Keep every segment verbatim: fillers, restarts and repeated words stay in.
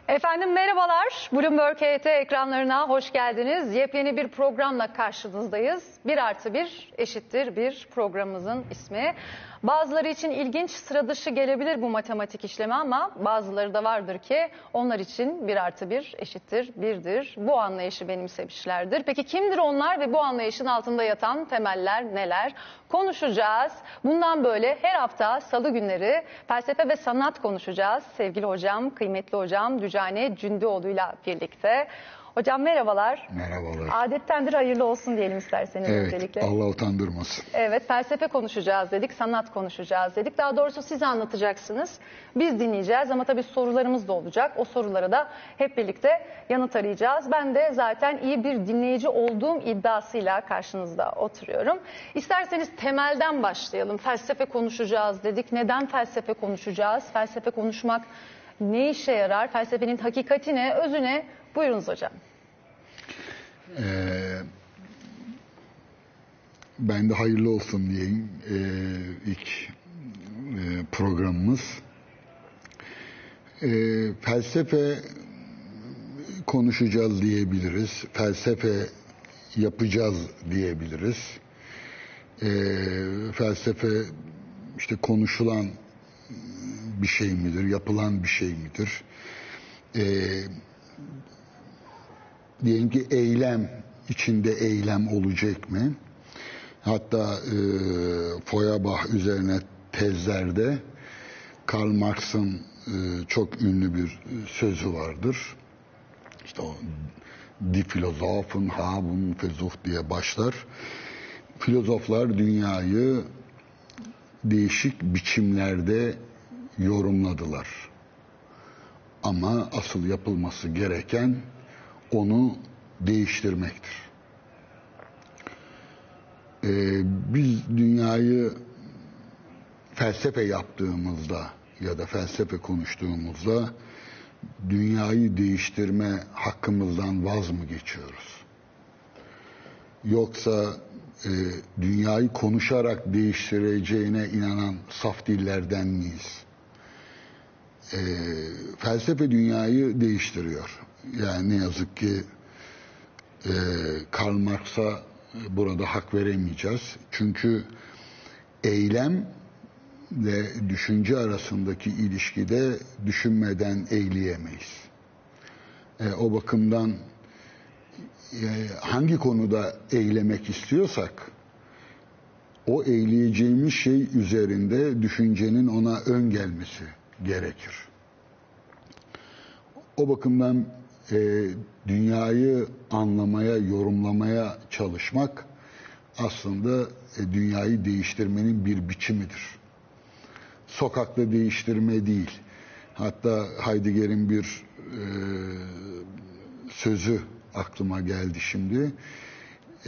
Efendim merhabalar. Bloomberg H T ekranlarına hoş geldiniz. Yepyeni bir programla karşınızdayız. Bir artı bir eşittir bir programımızın ismi. Bazıları için ilginç, sıra dışı gelebilir bu matematik işlemi ama bazıları da vardır ki onlar için bir artı bir eşittir birdir. Bu anlayışı benimsemişlerdir. Peki kimdir onlar ve bu anlayışın altında yatan temeller neler? Konuşacağız. Bundan böyle her hafta salı günleri felsefe ve sanat konuşacağız. Sevgili hocam, kıymetli hocam Dücane Cündüoğlu'yla birlikte. Hocam merhabalar. Merhabalar. Adettendir, hayırlı olsun diyelim isterseniz evet, öncelikle. Allah utandırmasın. Evet, felsefe konuşacağız dedik, sanat konuşacağız dedik. Daha doğrusu siz anlatacaksınız, biz dinleyeceğiz ama tabii sorularımız da olacak. O sorulara da hep birlikte yanıt arayacağız. Ben de zaten iyi bir dinleyici olduğum iddiasıyla karşınızda oturuyorum. İsterseniz temelden başlayalım. Felsefe konuşacağız dedik. Neden felsefe konuşacağız? Felsefe konuşmak ne işe yarar? Felsefenin hakikati ne, özü ne? Buyurunuz hocam. Ee, ben de hayırlı olsun diyeyim. Ee, ilk e, programımız. Ee, felsefe konuşacağız diyebiliriz. Felsefe yapacağız diyebiliriz. Ee, felsefe işte konuşulan bir şey midir, yapılan bir şey midir? Ee, diyelim ki eylem içinde eylem olacak mı? Hatta e, Feuerbach üzerine tezlerde Karl Marx'ın e, çok ünlü bir sözü vardır. İşte o Die Philosophen haben versucht diye başlar. Filozoflar dünyayı değişik biçimlerde yorumladılar. Ama asıl yapılması gereken onu değiştirmektir. Ee, biz dünyayı felsefe yaptığımızda ya da felsefe konuştuğumuzda dünyayı değiştirme hakkımızdan vaz mı geçiyoruz? Yoksa e, dünyayı konuşarak değiştireceğine inanan saf dillerden miyiz? E, felsefe dünyayı değiştiriyor. Yani ne yazık ki e, Karl Marx'a burada hak veremeyeceğiz. Çünkü eylem ve düşünce arasındaki ilişkide düşünmeden eyleyemeyiz. E, o bakımdan e, hangi konuda eylemek istiyorsak o eyleyeceğimiz şey üzerinde düşüncenin ona ön gelmesi gerekir. O bakımdan e, dünyayı anlamaya, yorumlamaya çalışmak aslında e, dünyayı değiştirmenin bir biçimidir. Sokakta değiştirme değil. Hatta Heidegger'in bir e, sözü aklıma geldi şimdi. E,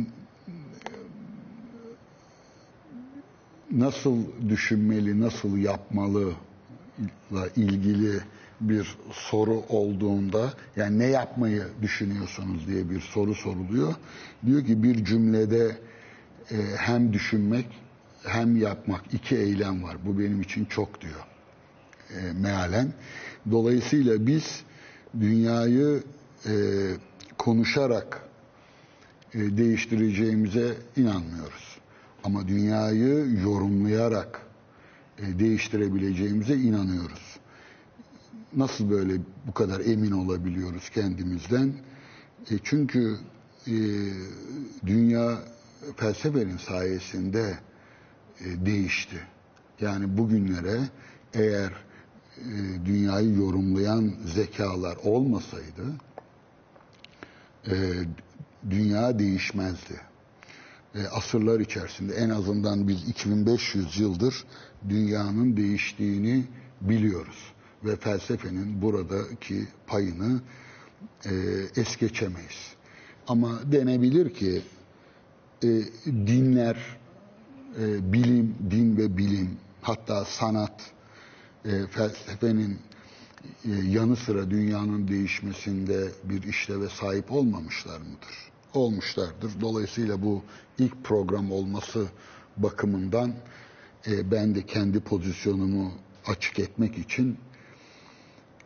nasıl düşünmeli, nasıl yapmalı ile ilgili bir soru olduğunda, yani ne yapmayı düşünüyorsunuz diye bir soru soruluyor. Diyor ki bir cümlede e, hem düşünmek hem yapmak, iki eylem var. Bu benim için çok diyor e, mealen. Dolayısıyla biz dünyayı e, konuşarak e, değiştireceğimize inanmıyoruz. Ama dünyayı yorumlayarak e, değiştirebileceğimize inanıyoruz. Nasıl böyle bu kadar emin olabiliyoruz kendimizden? E, çünkü e, dünya felsefenin sayesinde e, değişti. Yani bugünlere eğer e, dünyayı yorumlayan zekalar olmasaydı e, dünya değişmezdi. E, asırlar içerisinde en azından biz iki bin beş yüz yıldır dünyanın değiştiğini biliyoruz. Ve felsefenin buradaki payını e, es geçemeyiz. Ama denebilir ki e, dinler, e, bilim, din ve bilim, hatta sanat, e, felsefenin e, yanı sıra dünyanın değişmesinde bir işleve sahip olmamışlar mıdır? Olmuşlardır. Dolayısıyla bu ilk program olması bakımından e, ben de kendi pozisyonumu açık etmek için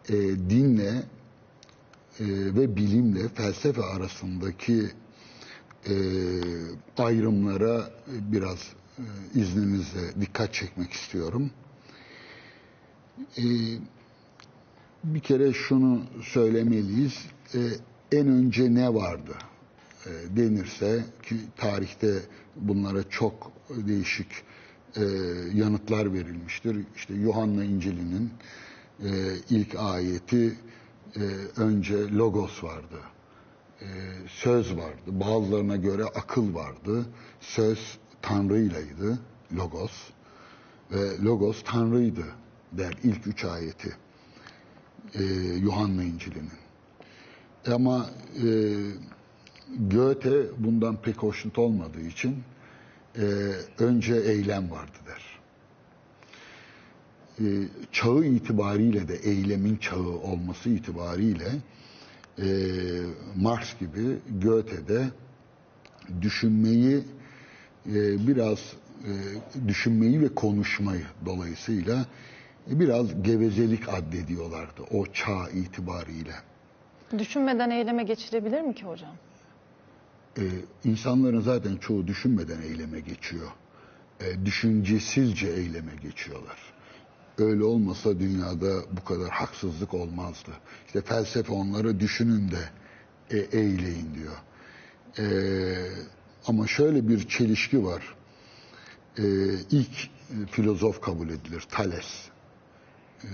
e, dinle e, ve bilimle felsefe arasındaki e, ayrımlara biraz e, izninizle dikkat çekmek istiyorum. E, bir kere şunu söylemeliyiz. E, en önce ne vardı e, denirse ki tarihte bunlara çok değişik e, yanıtlar verilmiştir. İşte Yuhanna İncil'inin e, ilk ayeti e, önce logos vardı. E, söz vardı. Bazılarına göre akıl vardı. Söz Tanrı'ylaydı, logos. Ve logos Tanrı'ydı der ilk üç ayeti e, Yuhanna İncil'inin. Ama e, Goethe bundan pek hoşnut olmadığı için e, önce eylem vardı der. E, çağı itibariyle de eylemin çağı olması itibariyle e, Marx gibi Goethe de düşünmeyi e, biraz e, düşünmeyi ve konuşmayı dolayısıyla e, biraz gevezelik addediyorlardı o çağ itibariyle. Düşünmeden eyleme geçilebilir mi ki hocam? Ee, insanların zaten çoğu düşünmeden eyleme geçiyor. Ee, düşüncesizce eyleme geçiyorlar. Öyle olmasa dünyada bu kadar haksızlık olmazdı. İşte felsefe onlara düşünün de e, eyleyin diyor. Ee, ama şöyle bir çelişki var. Ee, ilk filozof kabul edilir, Thales. Ee,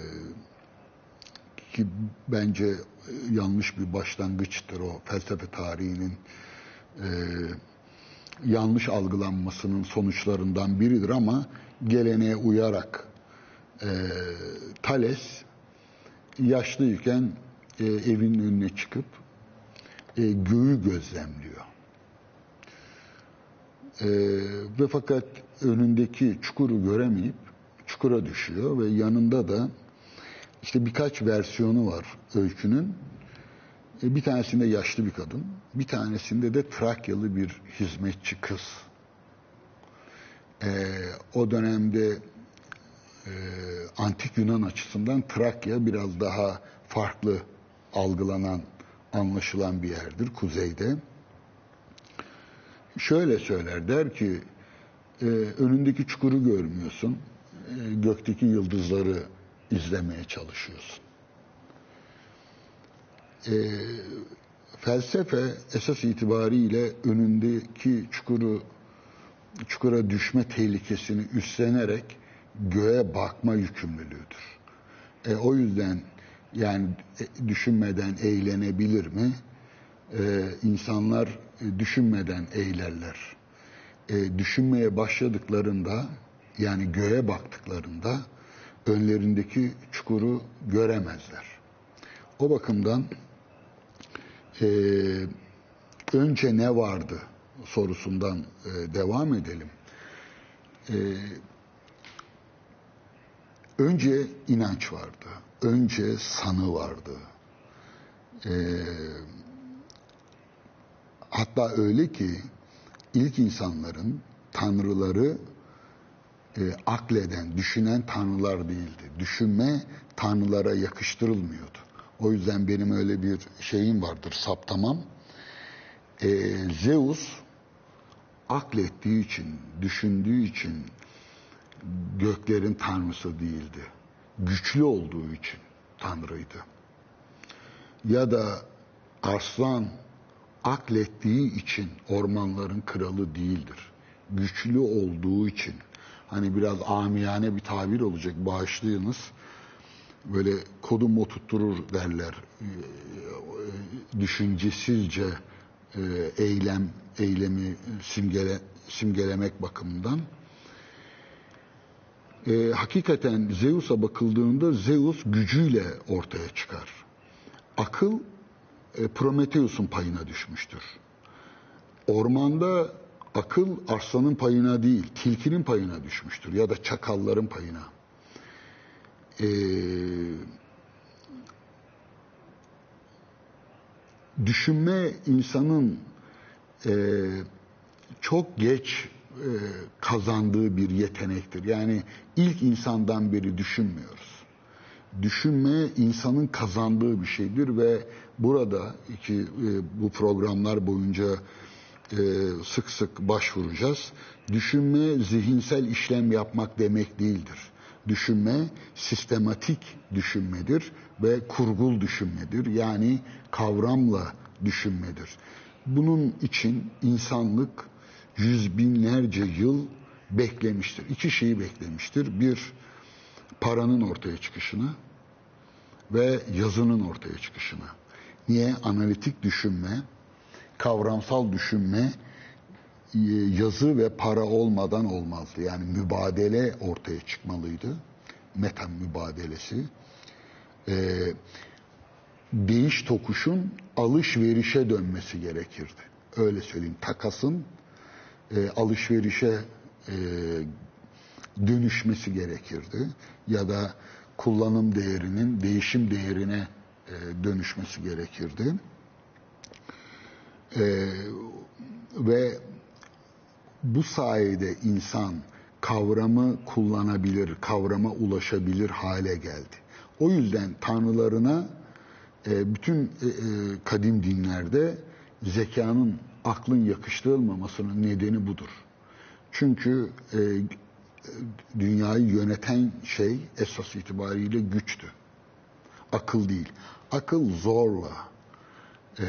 ki bence yanlış bir başlangıçtır o felsefe tarihinin e, yanlış algılanmasının sonuçlarından biridir ama geleneğe uyarak e, Thales yaşlıyken e, evinin önüne çıkıp e, göğü gözlemliyor. E, ve fakat önündeki çukuru göremeyip çukura düşüyor ve yanında da işte birkaç versiyonu var öykünün. Bir tanesinde yaşlı bir kadın, bir tanesinde de Trakyalı bir hizmetçi kız. Ee, o dönemde e, antik Yunan açısından Trakya biraz daha farklı algılanan, anlaşılan bir yerdir kuzeyde. Şöyle söyler, der ki e, önündeki çukuru görmüyorsun, e, gökteki yıldızları izlemeye çalışıyorsun. E, felsefe esas itibariyle önündeki çukuru çukura düşme tehlikesini üstlenerek göğe bakma yükümlülüğüdür. E, o yüzden yani e, düşünmeden eylenebilir mi? E, insanlar e, düşünmeden eylerler. E, düşünmeye başladıklarında yani göğe baktıklarında önlerindeki çukuru göremezler. O bakımdan e, önce ne vardı sorusundan e, devam edelim. E, önce inanç vardı, önce sanı vardı. E, hatta öyle ki ilk insanların tanrıları e, akleden, düşünen tanrılar değildi. Düşünme tanrılara yakıştırılmıyordu. O yüzden benim öyle bir şeyim vardır, saptamam. Ee, Zeus aklettiği için, düşündüğü için göklerin tanrısı değildi. Güçlü olduğu için tanrıydı. Ya da Arslan aklettiği için ormanların kralı değildir. Güçlü olduğu için. Hani biraz amiyane bir tabir olacak, bağışlayınız. Böyle kodum oturtturur derler. Düşüncesizce eylem, eylemi simgele, simgelemek bakımından. E, hakikaten Zeus'a bakıldığında Zeus gücüyle ortaya çıkar. Akıl e, Prometheus'un payına düşmüştür. Ormanda akıl aslanın payına değil, tilkinin payına düşmüştür ya da çakalların payına. Ee, düşünme insanın e, çok geç e, kazandığı bir yetenektir. Yani ilk insandan beri düşünmüyoruz. Düşünme insanın kazandığı bir şeydir ve burada ki e, bu programlar boyunca e, sık sık başvuracağız. Düşünme zihinsel işlem yapmak demek değildir. Düşünme sistematik düşünmedir ve kurgul düşünmedir. Yani kavramla düşünmedir. Bunun için insanlık yüz binlerce yıl beklemiştir. İki şeyi beklemiştir. Bir, paranın ortaya çıkışını ve yazının ortaya çıkışını. Niye? Analitik düşünme, kavramsal düşünme yazı ve para olmadan olmazdı. Yani mübadele ortaya çıkmalıydı. Meta mübadelesi. Ee, değiş tokuşun alışverişe dönmesi gerekirdi. Öyle söyleyeyim. Takasın e, alışverişe e, dönüşmesi gerekirdi. Ya da kullanım değerinin değişim değerine e, dönüşmesi gerekirdi. E, ve bu sayede insan kavramı kullanabilir, kavrama ulaşabilir hale geldi. O yüzden tanrılarına e, bütün e, kadim dinlerde zekanın, aklın yakıştırılmamasının nedeni budur. Çünkü e, dünyayı yöneten şey esas itibariyle güçtü. Akıl değil. Akıl zorla e,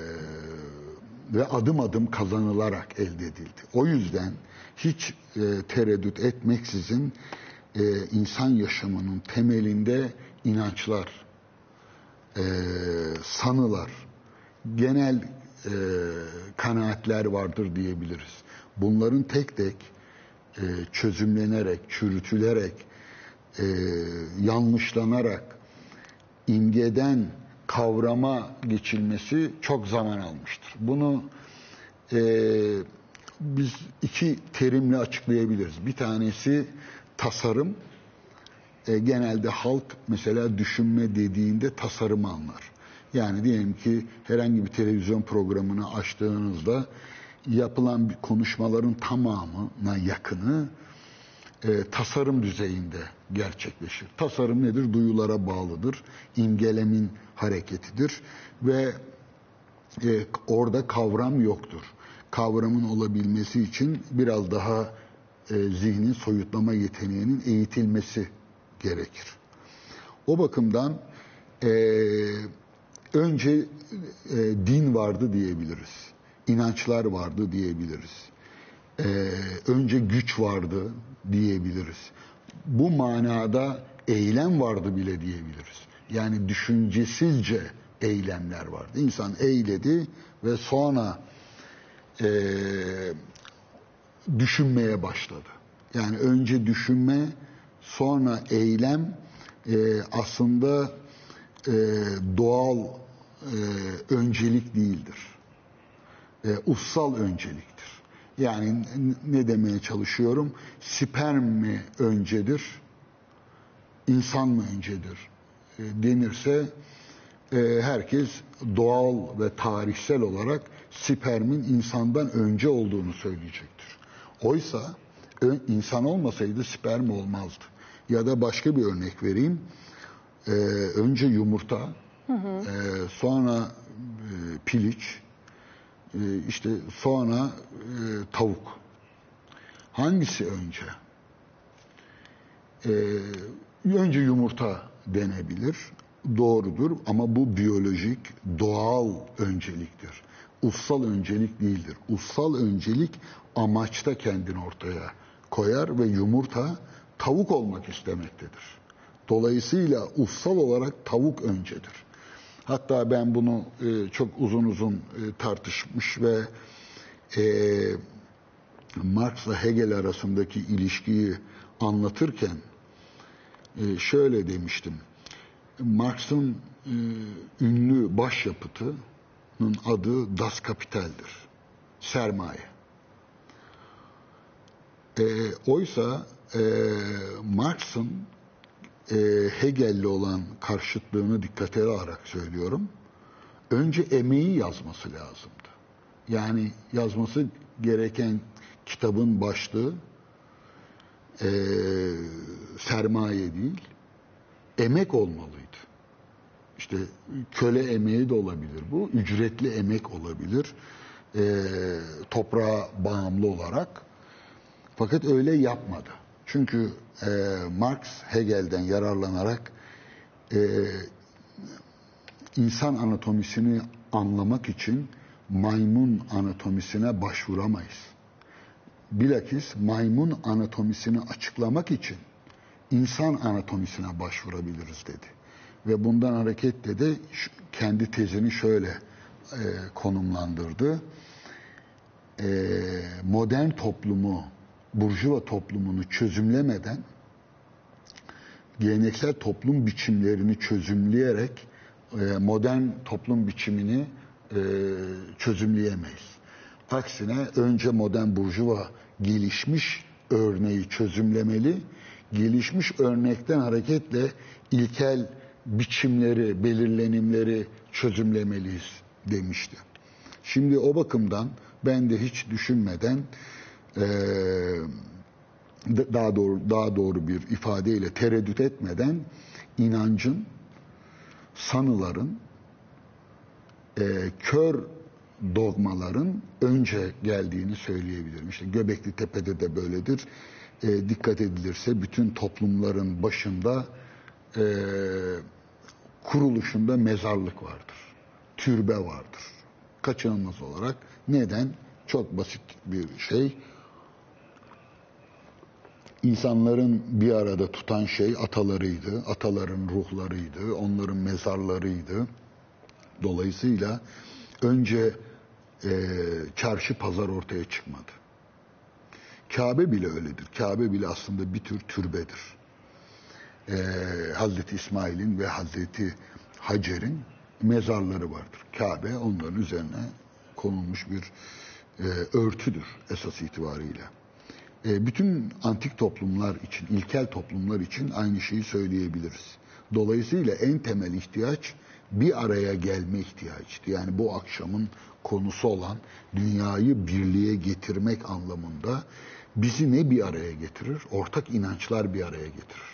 ve adım adım kazanılarak elde edildi. O yüzden hiç e, tereddüt etmeksizin e, insan yaşamının temelinde inançlar, e, sanılar, genel e, kanaatler vardır diyebiliriz. Bunların tek tek e, çözümlenerek, çürütülerek, e, yanlışlanarak, imgeden kavrama geçilmesi çok zaman almıştır. Bunu e, biz iki terimle açıklayabiliriz. Bir tanesi tasarım. E, genelde halk mesela düşünme dediğinde tasarımı anlar. Yani diyelim ki herhangi bir televizyon programını açtığınızda yapılan bir konuşmaların tamamına yakını e, tasarım düzeyinde gerçekleşir. Tasarım nedir? Duyulara bağlıdır. İmgelemin hareketidir ve e, orada kavram yoktur. Kavramın olabilmesi için biraz daha e, zihnin soyutlama yeteneğinin eğitilmesi gerekir. O bakımdan e, önce e, din vardı diyebiliriz. İnançlar vardı diyebiliriz. Ee, önce güç vardı diyebiliriz. Bu manada eylem vardı bile diyebiliriz. Yani düşüncesizce eylemler vardı. İnsan eyledi ve sonra e, düşünmeye başladı. Yani önce düşünme, sonra eylem e, aslında e, doğal e, öncelik değildir. E, ussal önceliktir. Yani ne demeye çalışıyorum? Sperm mi öncedir, insan mı öncedir e, denirse e, herkes doğal ve tarihsel olarak spermin insandan önce olduğunu söyleyecektir. Oysa insan olmasaydı sperm olmazdı. Ya da başka bir örnek vereyim. E, önce yumurta, hı hı. E, sonra e, piliç, İşte sonra e, tavuk. Hangisi önce? E, önce yumurta denebilir. Doğrudur ama bu biyolojik, doğal önceliktir. Ussal öncelik değildir. Ussal öncelik amaçta kendini ortaya koyar ve yumurta tavuk olmak istemektedir. Dolayısıyla ussal olarak tavuk öncedir. Hatta ben bunu e, çok uzun uzun e, tartışmış ve e, Marx'la Hegel arasındaki ilişkiyi anlatırken e, şöyle demiştim. Marx'ın e, ünlü başyapıtının adı Das Kapital'dir. Sermaye. E, oysa e, Marx'ın e, Hegel'le olan karşıtlığını dikkate alarak söylüyorum. Önce emeği yazması lazımdı. Yani yazması gereken kitabın başlığı e, sermaye değil, emek olmalıydı. İşte köle emeği de olabilir bu, ücretli emek olabilir, e, toprağa bağımlı olarak. Fakat öyle yapmadı. Çünkü e, Marx Hegel'den yararlanarak e, insan anatomisini anlamak için maymun anatomisine başvuramayız. Bilakis maymun anatomisini açıklamak için insan anatomisine başvurabiliriz dedi. Ve bundan hareketle de kendi tezini şöyle e, konumlandırdı. E, modern toplumu, burjuva toplumunu çözümlemeden geleneksel toplum biçimlerini çözümleyerek e, modern toplum biçimini e, çözümleyemeyiz. Aksine önce modern burjuva gelişmiş örneği çözümlemeli, gelişmiş örnekten hareketle ilkel biçimleri, belirlenimleri çözümlemeliyiz demişti. Şimdi o bakımdan ben de hiç düşünmeden e, daha doğru daha doğru bir ifadeyle tereddüt etmeden inancın, sanıların, e, kör dogmaların önce geldiğini söyleyebilirim. İşte Göbekli Tepe'de de böyledir. E, dikkat edilirse bütün toplumların başında e, kuruluşunda mezarlık vardır. Türbe vardır. Kaçınılmaz olarak. Neden? Çok basit bir şey. İnsanların bir arada tutan şey atalarıydı. Ataların ruhlarıydı. Onların mezarlarıydı. Dolayısıyla önce e, çarşı pazar ortaya çıkmadı. Kabe bile öyledir. Kabe bile aslında bir tür türbedir. Ee, Hazreti İsmail'in ve Hazreti Hacer'in mezarları vardır. Kabe onların üzerine konulmuş bir e, örtüdür esas itibariyle. E, bütün antik toplumlar için, ilkel toplumlar için aynı şeyi söyleyebiliriz. Dolayısıyla en temel ihtiyaç bir araya gelme ihtiyacıydı. Yani bu akşamın konusu olan dünyayı birliğe getirmek anlamında bizi ne bir araya getirir? Ortak inançlar bir araya getirir.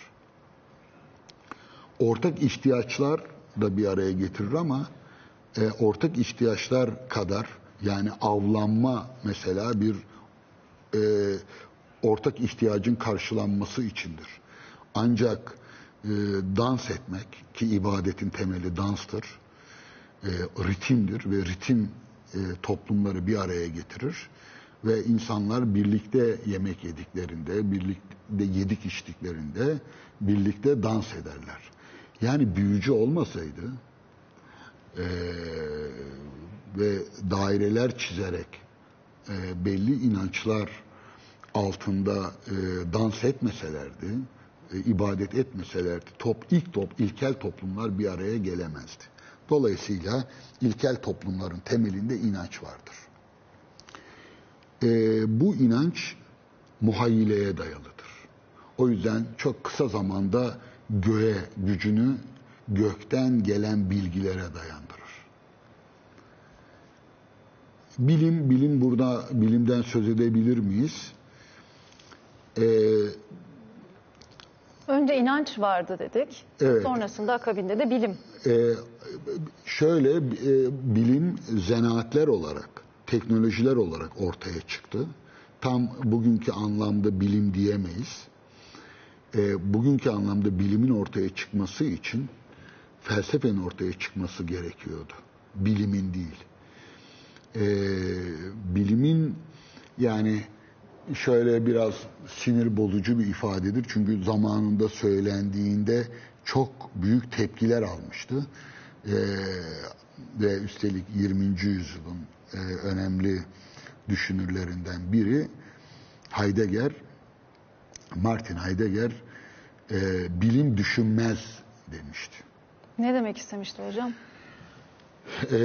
Ortak ihtiyaçlar da bir araya getirir ama e, ortak ihtiyaçlar kadar, yani avlanma mesela bir e, ortak ihtiyacın karşılanması içindir. Ancak e, dans etmek, ki ibadetin temeli danstır, e, ritimdir ve ritim e, toplumları bir araya getirir. Ve insanlar birlikte yemek yediklerinde, birlikte yedik içtiklerinde birlikte dans ederler. Yani büyücü olmasaydı e, ve daireler çizerek e, belli inançlar altında e, dans etmeselerdi, e, ibadet etmeselerdi, top, ilk top, ilkel toplumlar bir araya gelemezdi. Dolayısıyla ilkel toplumların temelinde inanç vardır. E, bu inanç muhayyileye dayalıdır. O yüzden çok kısa zamanda göğe gücünü gökten gelen bilgilere dayandırır. Bilim, bilim burada bilimden söz edebilir miyiz? Ee, Önce inanç vardı dedik. Evet. Sonrasında akabinde de bilim. Ee, şöyle e, bilim zanaatler olarak, teknolojiler olarak ortaya çıktı. Tam bugünkü anlamda bilim diyemeyiz. E, bugünkü anlamda bilimin ortaya çıkması için felsefenin ortaya çıkması gerekiyordu. Bilimin değil. E, bilimin yani şöyle biraz sinir bozucu bir ifadedir. Çünkü zamanında söylendiğinde çok büyük tepkiler almıştı. E, ve üstelik yirminci yüzyılın e, önemli düşünürlerinden biri Heidegger, Martin Heidegger e, bilim düşünmez demişti. Ne demek istemişti hocam? E,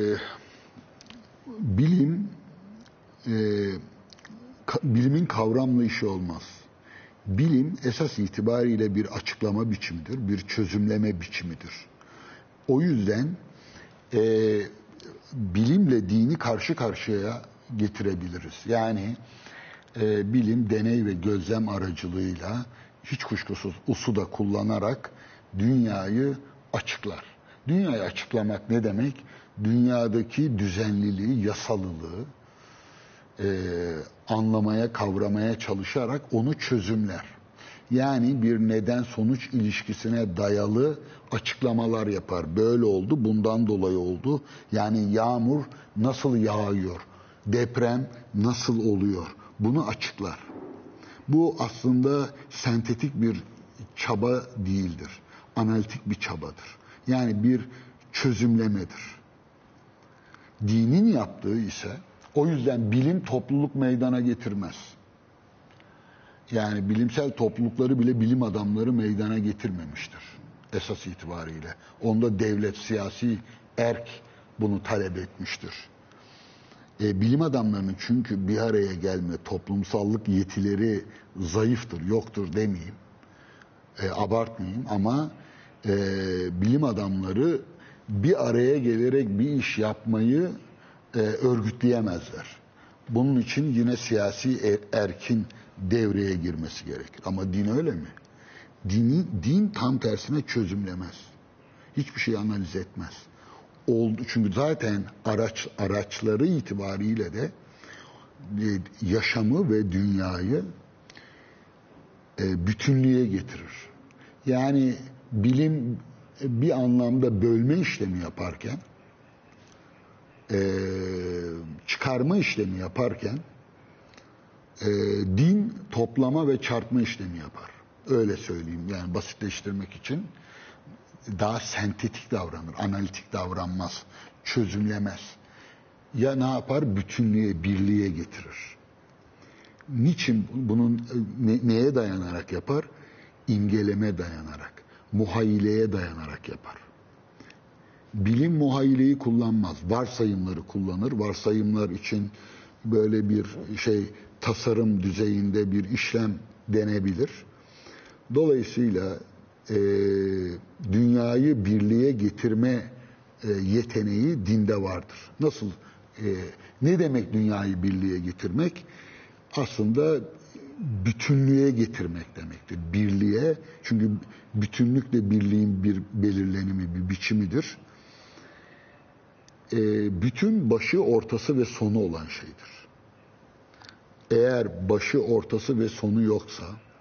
bilim e, ka, bilimin kavramla işi olmaz. Bilim esas itibariyle bir açıklama biçimidir, bir çözümleme biçimidir. O yüzden e, bilimle dini karşı karşıya getirebiliriz. Yani e, bilim deney ve gözlem aracılığıyla hiç kuşkusuz usu da kullanarak dünyayı açıklar. Dünyayı açıklamak ne demek? Dünyadaki düzenliliği, yasalılığı e, anlamaya, kavramaya çalışarak onu çözümler. Yani bir neden-sonuç ilişkisine dayalı açıklamalar yapar. Böyle oldu, bundan dolayı oldu. Yani yağmur nasıl yağıyor? Deprem nasıl oluyor? Bunu açıklar. Bu aslında sentetik bir çaba değildir. Analitik bir çabadır. Yani bir çözümlemedir. Dinin yaptığı ise, o yüzden bilim topluluk meydana getirmez. Yani bilimsel toplulukları bile bilim adamları meydana getirmemiştir esas itibariyle. Onda devlet, siyasi erk bunu talep etmiştir. E, bilim adamlarının çünkü bir araya gelme, toplumsallık yetileri zayıftır, yoktur demeyeyim, e, abartmayayım ama e, bilim adamları bir araya gelerek bir iş yapmayı e, örgütleyemezler. Bunun için yine siyasi erkin devreye girmesi gerekir. Ama din öyle mi? Dini, din tam tersine çözümlemez. Hiçbir şey analiz etmez. Oldu, çünkü zaten araç araçları itibariyle de e, yaşamı ve dünyayı e, bütünlüğe getirir. Yani bilim bir anlamda bölme işlemi yaparken, e, çıkarma işlemi yaparken, e, din toplama ve çarpma işlemi yapar. Öyle söyleyeyim, yani basitleştirmek için. Daha sentetik davranır, analitik davranmaz, çözümlemez. Ya ne yapar? Bütünlüğe, birliğe getirir. Niçin bunun ne, neye dayanarak yapar? İmgeleme dayanarak, muhayyileye dayanarak yapar. Bilim muhayyileyi kullanmaz, varsayımları kullanır. Varsayımlar için böyle bir şey, tasarım düzeyinde bir işlem denebilir. Dolayısıyla e, dünyayı birliğe getirme e, yeteneği dinde vardır. Nasıl? E, ne demek dünyayı birliğe getirmek? Aslında bütünlüğe getirmek demektir. Birliğe, çünkü bütünlükle birliğin bir belirlenimi, bir biçimidir. E, bütün başı, ortası ve sonu olan şeydir. Eğer başı, ortası ve sonu yoksa,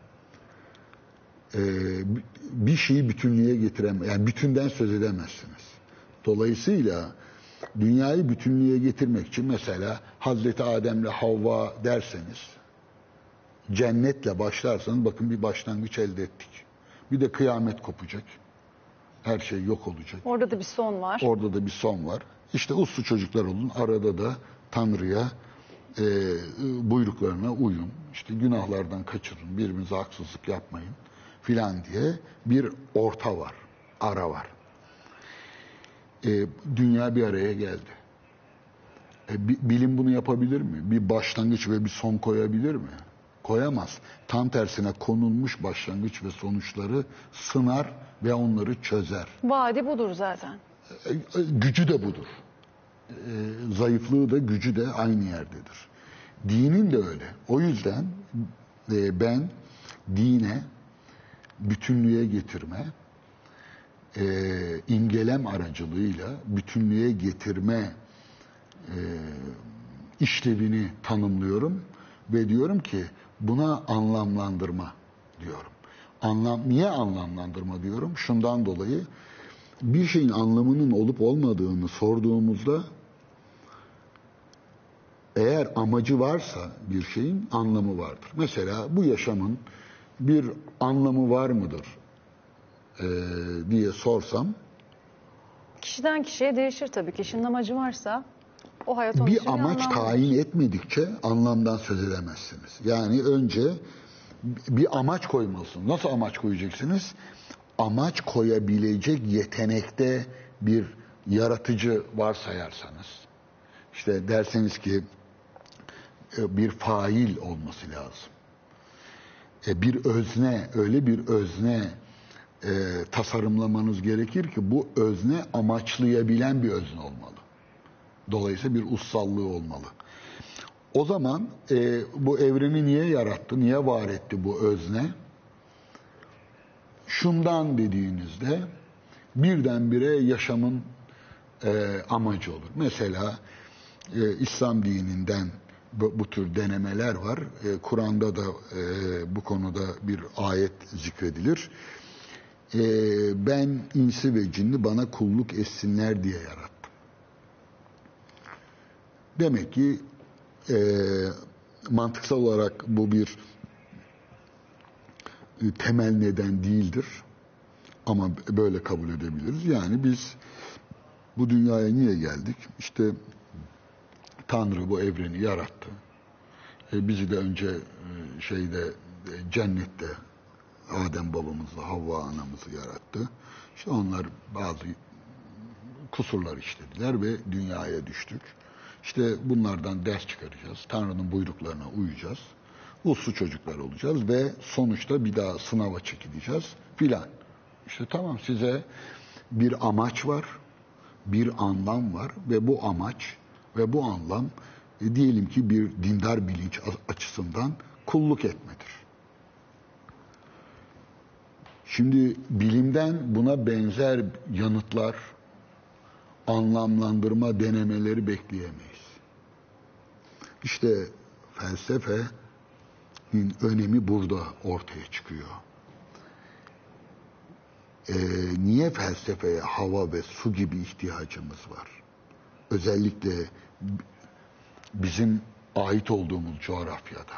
bir şeyi bütünlüğe getiremez. Yani bütünden söz edemezsiniz. Dolayısıyla dünyayı bütünlüğe getirmek için mesela Hazreti Adem'le Havva derseniz, cennetle başlarsanız bakın bir başlangıç elde ettik. Bir de kıyamet kopacak. Her şey yok olacak. Orada da bir son var. Orada da bir son var. İşte uslu çocuklar olun. Arada da Tanrı'ya e, buyruklarına uyun. İşte günahlardan kaçırın. Birbirinize haksızlık yapmayın filan diye bir orta var, ara var. E, dünya bir araya geldi. E, bilim bunu yapabilir mi? Bir başlangıç ve bir son koyabilir mi? Koyamaz. Tam tersine konulmuş başlangıç ve sonuçları sınar ve onları çözer. Vaadi budur zaten. E, e, gücü de budur. E, zayıflığı da gücü de aynı yerdedir. Dinin de öyle. O yüzden e, ben dine bütünlüğe getirme, e, imgelem aracılığıyla bütünlüğe getirme e, işlevini tanımlıyorum ve diyorum ki buna anlamlandırma diyorum. Anlam, niye anlamlandırma diyorum? Şundan dolayı, bir şeyin anlamının olup olmadığını sorduğumuzda, eğer amacı varsa bir şeyin anlamı vardır. Mesela bu yaşamın bir anlamı var mıdır ee, diye sorsam, kişiden kişiye değişir tabii. Kişinin amacı varsa o hayat onun için bir amaç anlamlıdır. tayin etmedikçe anlamdan söz edemezsiniz. Yani önce bir amaç koymalısınız. Nasıl amaç koyacaksınız? Amaç koyabilecek yetenekte bir yaratıcı varsayarsanız, işte derseniz ki bir fail olması lazım. Bir özne, öyle bir özne e, tasarımlamanız gerekir ki bu özne amaçlayabilen bir özne olmalı. Dolayısıyla bir ussallığı olmalı. O zaman e, bu evreni niye yarattı, niye var etti bu özne? şundan dediğinizde birdenbire yaşamın e, amacı olur. Mesela e, İslam dininden bu, bu tür denemeler var. E, Kur'an'da da e, bu konuda bir ayet zikredilir. E, ben insi ve cinni bana kulluk etsinler diye yarattım. Demek ki e, mantıksal olarak bu bir e, temel neden değildir. Ama böyle kabul edebiliriz. Yani biz bu dünyaya niye geldik? İşte Tanrı bu evreni yarattı. E, bizi de önce e, şeyde e, cennette Adem babamızla Havva anamızı yarattı. İşte onlar bazı kusurlar işlediler ve dünyaya düştük. İşte bunlardan ders çıkaracağız. Tanrı'nın buyruklarına uyacağız. Uslu çocuklar olacağız ve sonuçta bir daha sınava çekileceğiz filan. İşte tamam, size bir amaç var, bir anlam var ve bu amaç ve bu anlam e, diyelim ki bir dindar bilinç açısından kulluk etmedir. Şimdi bilimden buna benzer yanıtlar, anlamlandırma denemeleri bekleyemeyiz. İşte felsefenin önemi burada ortaya çıkıyor. Ee, niye felsefeye hava ve su gibi ihtiyacımız var? Özellikle bizim ait olduğumuz coğrafyada.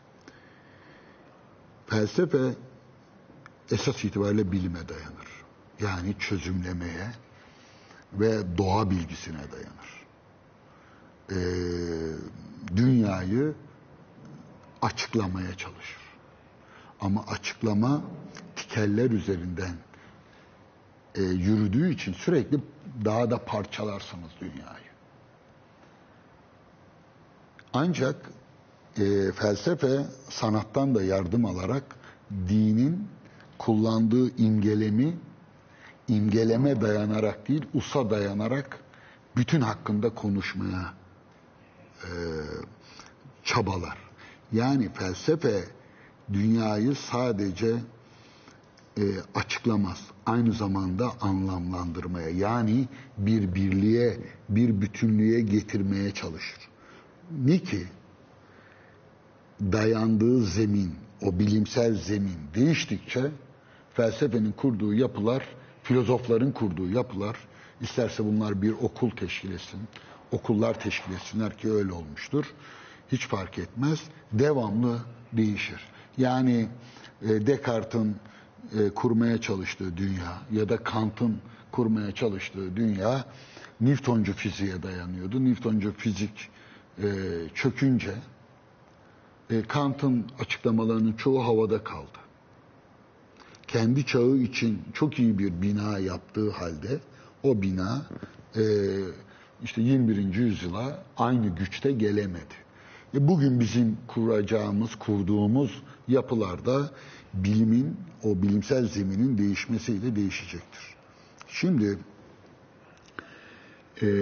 Felsefe esas itibariyle bilime dayanır. Yani çözümlemeye ve doğa bilgisine dayanır. Ee, dünyayı açıklamaya çalışır. Ama açıklama tikerler üzerinden e, yürüdüğü için sürekli daha da parçalarsınız dünyayı. Ancak e, felsefe sanattan da yardım alarak dinin kullandığı imgelemi imgeleme dayanarak değil, usa dayanarak bütün hakkında konuşmaya e, çabalar. Yani felsefe dünyayı sadece e, açıklamaz. Aynı zamanda anlamlandırmaya, yani bir birliğe, bir bütünlüğe getirmeye çalışır. Ne ki dayandığı zemin, o bilimsel zemin değiştikçe felsefenin kurduğu yapılar, filozofların kurduğu yapılar, isterse bunlar bir okul teşkil etsin, okullar teşkil etsinler ki öyle olmuştur. Hiç fark etmez. Devamlı değişir. Yani e, Descartes'in e, kurmaya çalıştığı dünya ya da Kant'ın kurmaya çalıştığı dünya Newtoncu fiziğe dayanıyordu. Newtoncu fizik e, çökünce e, Kant'ın açıklamalarının çoğu havada kaldı. Kendi çağı için çok iyi bir bina yaptığı halde o bina e, işte yirmi birinci yüzyıla aynı güçte gelemedi. E bugün bizim kuracağımız, kurduğumuz yapılarda bilimin, o bilimsel zeminin değişmesiyle değişecektir. Şimdi e,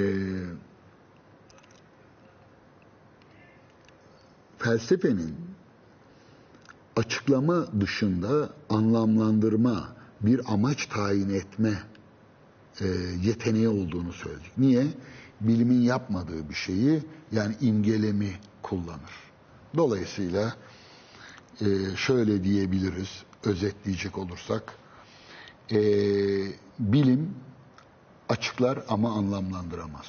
felsefenin açıklama dışında anlamlandırma, bir amaç tayin etme e, yeteneği olduğunu söyledik. Niye? Bilimin yapmadığı bir şeyi, yani imgelemi kullanır. Dolayısıyla e, şöyle diyebiliriz, özetleyecek olursak, e, bilim açıklar ama anlamlandıramaz.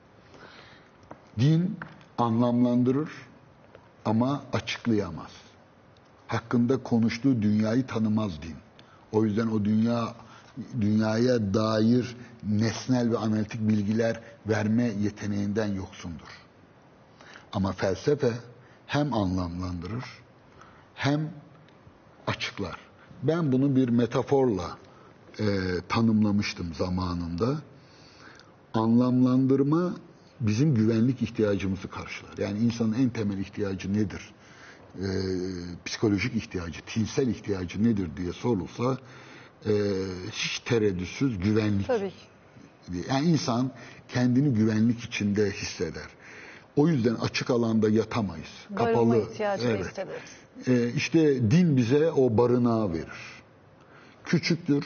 Din anlamlandırır ama açıklayamaz. Hakkında konuştuğu dünyayı tanımaz din. O yüzden o dünya dünyaya dair nesnel ve analitik bilgiler verme yeteneğinden yoksundur. Ama felsefe hem anlamlandırır hem açıklar. Ben bunu bir metaforla e, tanımlamıştım zamanında. Anlamlandırma bizim güvenlik ihtiyacımızı karşılar. Yani insanın en temel ihtiyacı nedir? E, psikolojik ihtiyacı, tinsel ihtiyacı nedir diye sorulsa e, hiç tereddütsüz güvenlik. Tabii ki. Yani insan kendini güvenlik içinde hisseder. O yüzden açık alanda yatamayız. Barınma Kapalı. ihtiyacını Evet. hissederiz. E, işte din bize o barınağı verir. küçüktür.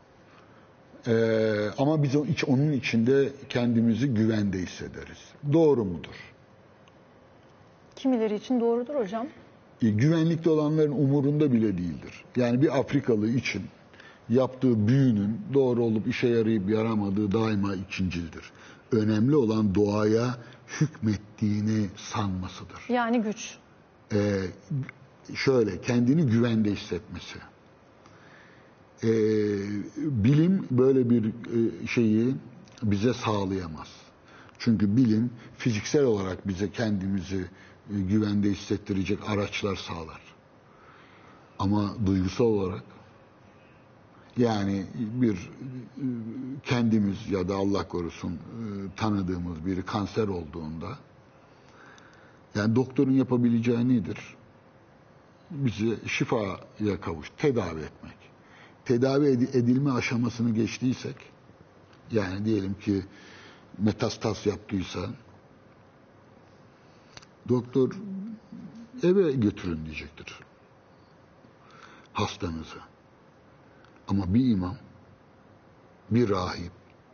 Ee, ama biz o, iç, onun içinde kendimizi güvende hissederiz. Doğru mudur? Kimileri için doğrudur hocam. E, güvenlikte olanların umurunda bile değildir. Yani bir Afrikalı için yaptığı büyünün doğru olup işe yarayıp yaramadığı daima ikincildir. Önemli olan doğaya hükmettiğini sanmasıdır. Yani güç. Ee, şöyle, kendini güvende hissetmesi. Ee, bilim böyle bir e, şeyi bize sağlayamaz. Çünkü bilim fiziksel olarak bize kendimizi e, güvende hissettirecek araçlar sağlar. Ama duygusal olarak, yani bir e, kendimiz ya da Allah korusun e, tanıdığımız biri kanser olduğunda, yani doktorun yapabileceği nedir? Bizi şifaya kavuş, tedavi etmek. Tedavi edilme aşamasını geçtiysek, yani diyelim ki metastaz yaptıysa, doktor eve götürün diyecektir hastanızı. Ama bir imam, bir rahip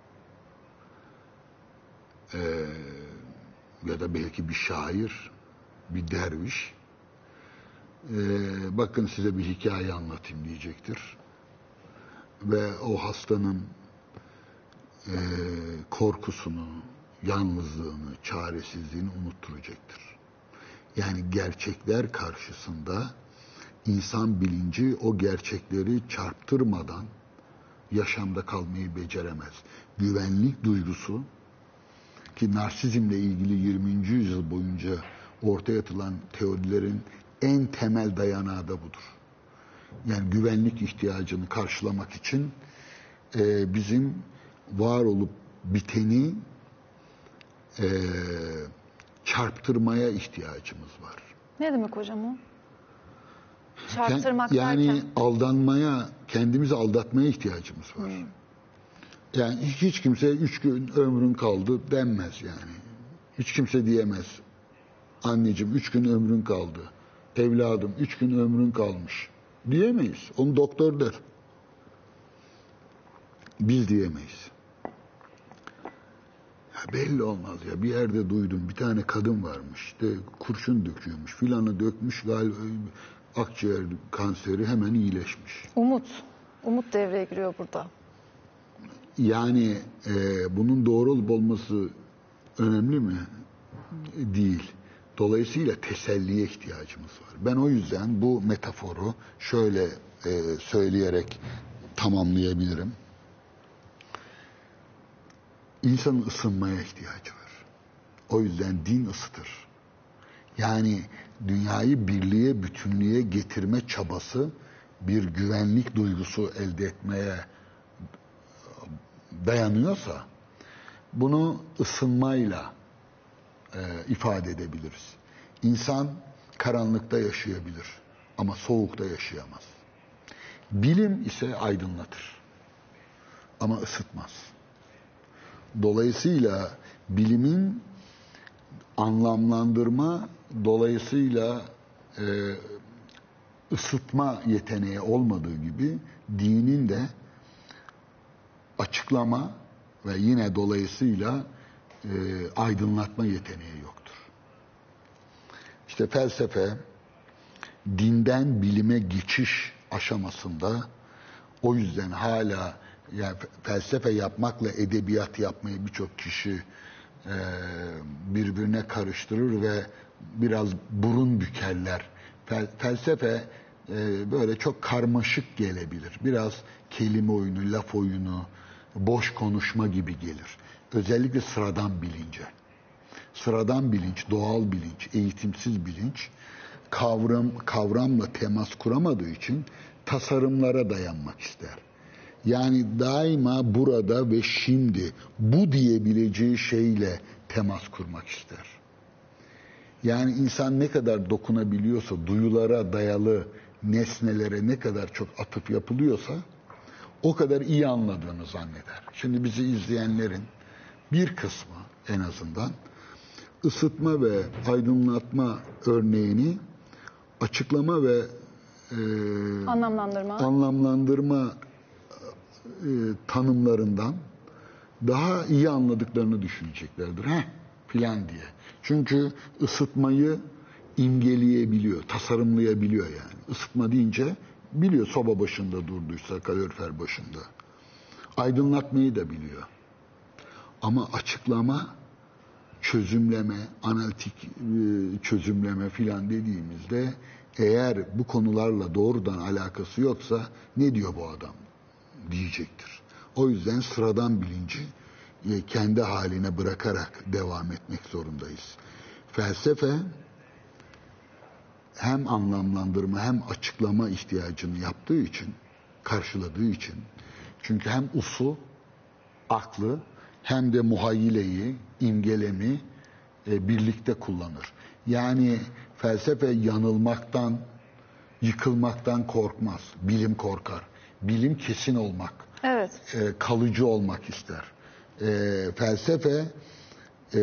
e, ya da belki bir şair, bir derviş, e, bakın size bir hikaye anlatayım diyecektir. Ve o hastanın e, korkusunu, yalnızlığını, çaresizliğini unutturacaktır. Yani gerçekler karşısında insan bilinci o gerçekleri çarptırmadan yaşamda kalmayı beceremez. Güvenlik duygusu, ki narsizmle ilgili yirminci yüzyıl boyunca ortaya atılan teorilerin en temel dayanağı da budur. Yani güvenlik ihtiyacını karşılamak için e, bizim var olup biteni e, çarptırmaya ihtiyacımız var. Ne demek hocam o? Çarptırmak yani derken? aldanmaya, kendimizi aldatmaya ihtiyacımız var. Hmm. Yani hiç kimse üç gün ömrün kaldı denmez yani. Hiç kimse diyemez. Anneciğim üç gün ömrün kaldı. Evladım üç gün ömrün kalmış. Diyemeyiz. Onu doktor der. Biz diyemeyiz. Ya belli olmaz ya. Bir yerde duydum. Bir tane kadın varmış. İşte kurşun döküyormuş. Filanı dökmüş. Galiba akciğer kanseri hemen iyileşmiş. Umut. Umut devreye giriyor burada. Yani e, bunun doğru olup olması önemli mi? Değil. Dolayısıyla teselliye ihtiyacımız var. Ben o yüzden bu metaforu şöyle e, söyleyerek tamamlayabilirim. İnsanın ısınmaya ihtiyacı var. O yüzden din ısıtır. Yani dünyayı birliğe, bütünlüğe getirme çabası bir güvenlik duygusu elde etmeye dayanıyorsa bunu ısınmayla e, ifade edebiliriz. İnsan karanlıkta yaşayabilir ama soğukta yaşayamaz. Bilim ise aydınlatır ama ısıtmaz. Dolayısıyla bilimin anlamlandırma, dolayısıyla e, ısıtma yeteneği olmadığı gibi dinin de açıklama ve yine dolayısıyla e, aydınlatma yeteneği yoktur. İşte felsefe dinden bilime geçiş aşamasında, o yüzden hala yani felsefe yapmakla edebiyat yapmayı birçok kişi e, birbirine karıştırır ve biraz burun bükerler. Fel, felsefe e, böyle çok karmaşık gelebilir. Biraz kelime oyunu, laf oyunu, boş konuşma gibi gelir. Özellikle sıradan bilince. Sıradan bilinç, doğal bilinç, eğitimsiz bilinç kavram kavramla temas kuramadığı için tasarımlara dayanmak ister. Yani daima burada ve şimdi bu diyebileceği şeyle temas kurmak ister. Yani insan ne kadar dokunabiliyorsa, duyulara dayalı nesnelere ne kadar çok atıf yapılıyorsa o kadar iyi anladığını zanneder. Şimdi bizi izleyenlerin bir kısmı en azından ısıtma ve aydınlatma örneğini açıklama ve e, anlamlandırma. anlamlandırma tanımlarından daha iyi anladıklarını düşüneceklerdir. Heh, filan diye. Çünkü ısıtmayı imgeleyebiliyor, tasarımlayabiliyor yani. Isıtma deyince biliyor, soba başında durduysa, kalorifer başında. Aydınlatmayı da biliyor. Ama açıklama, çözümleme, analitik çözümleme filan dediğimizde eğer bu konularla doğrudan alakası yoksa ne diyor bu adam diyecektir. O yüzden sıradan bilinci kendi haline bırakarak devam etmek zorundayız. Felsefe hem anlamlandırma hem açıklama ihtiyacını yaptığı için, karşıladığı için, çünkü hem usul, aklı hem de muhayyileyi, imgelemi e, birlikte kullanır. Yani felsefe yanılmaktan, yıkılmaktan korkmaz. Bilim korkar. Bilim kesin olmak, evet. e, kalıcı olmak ister. E, felsefe e,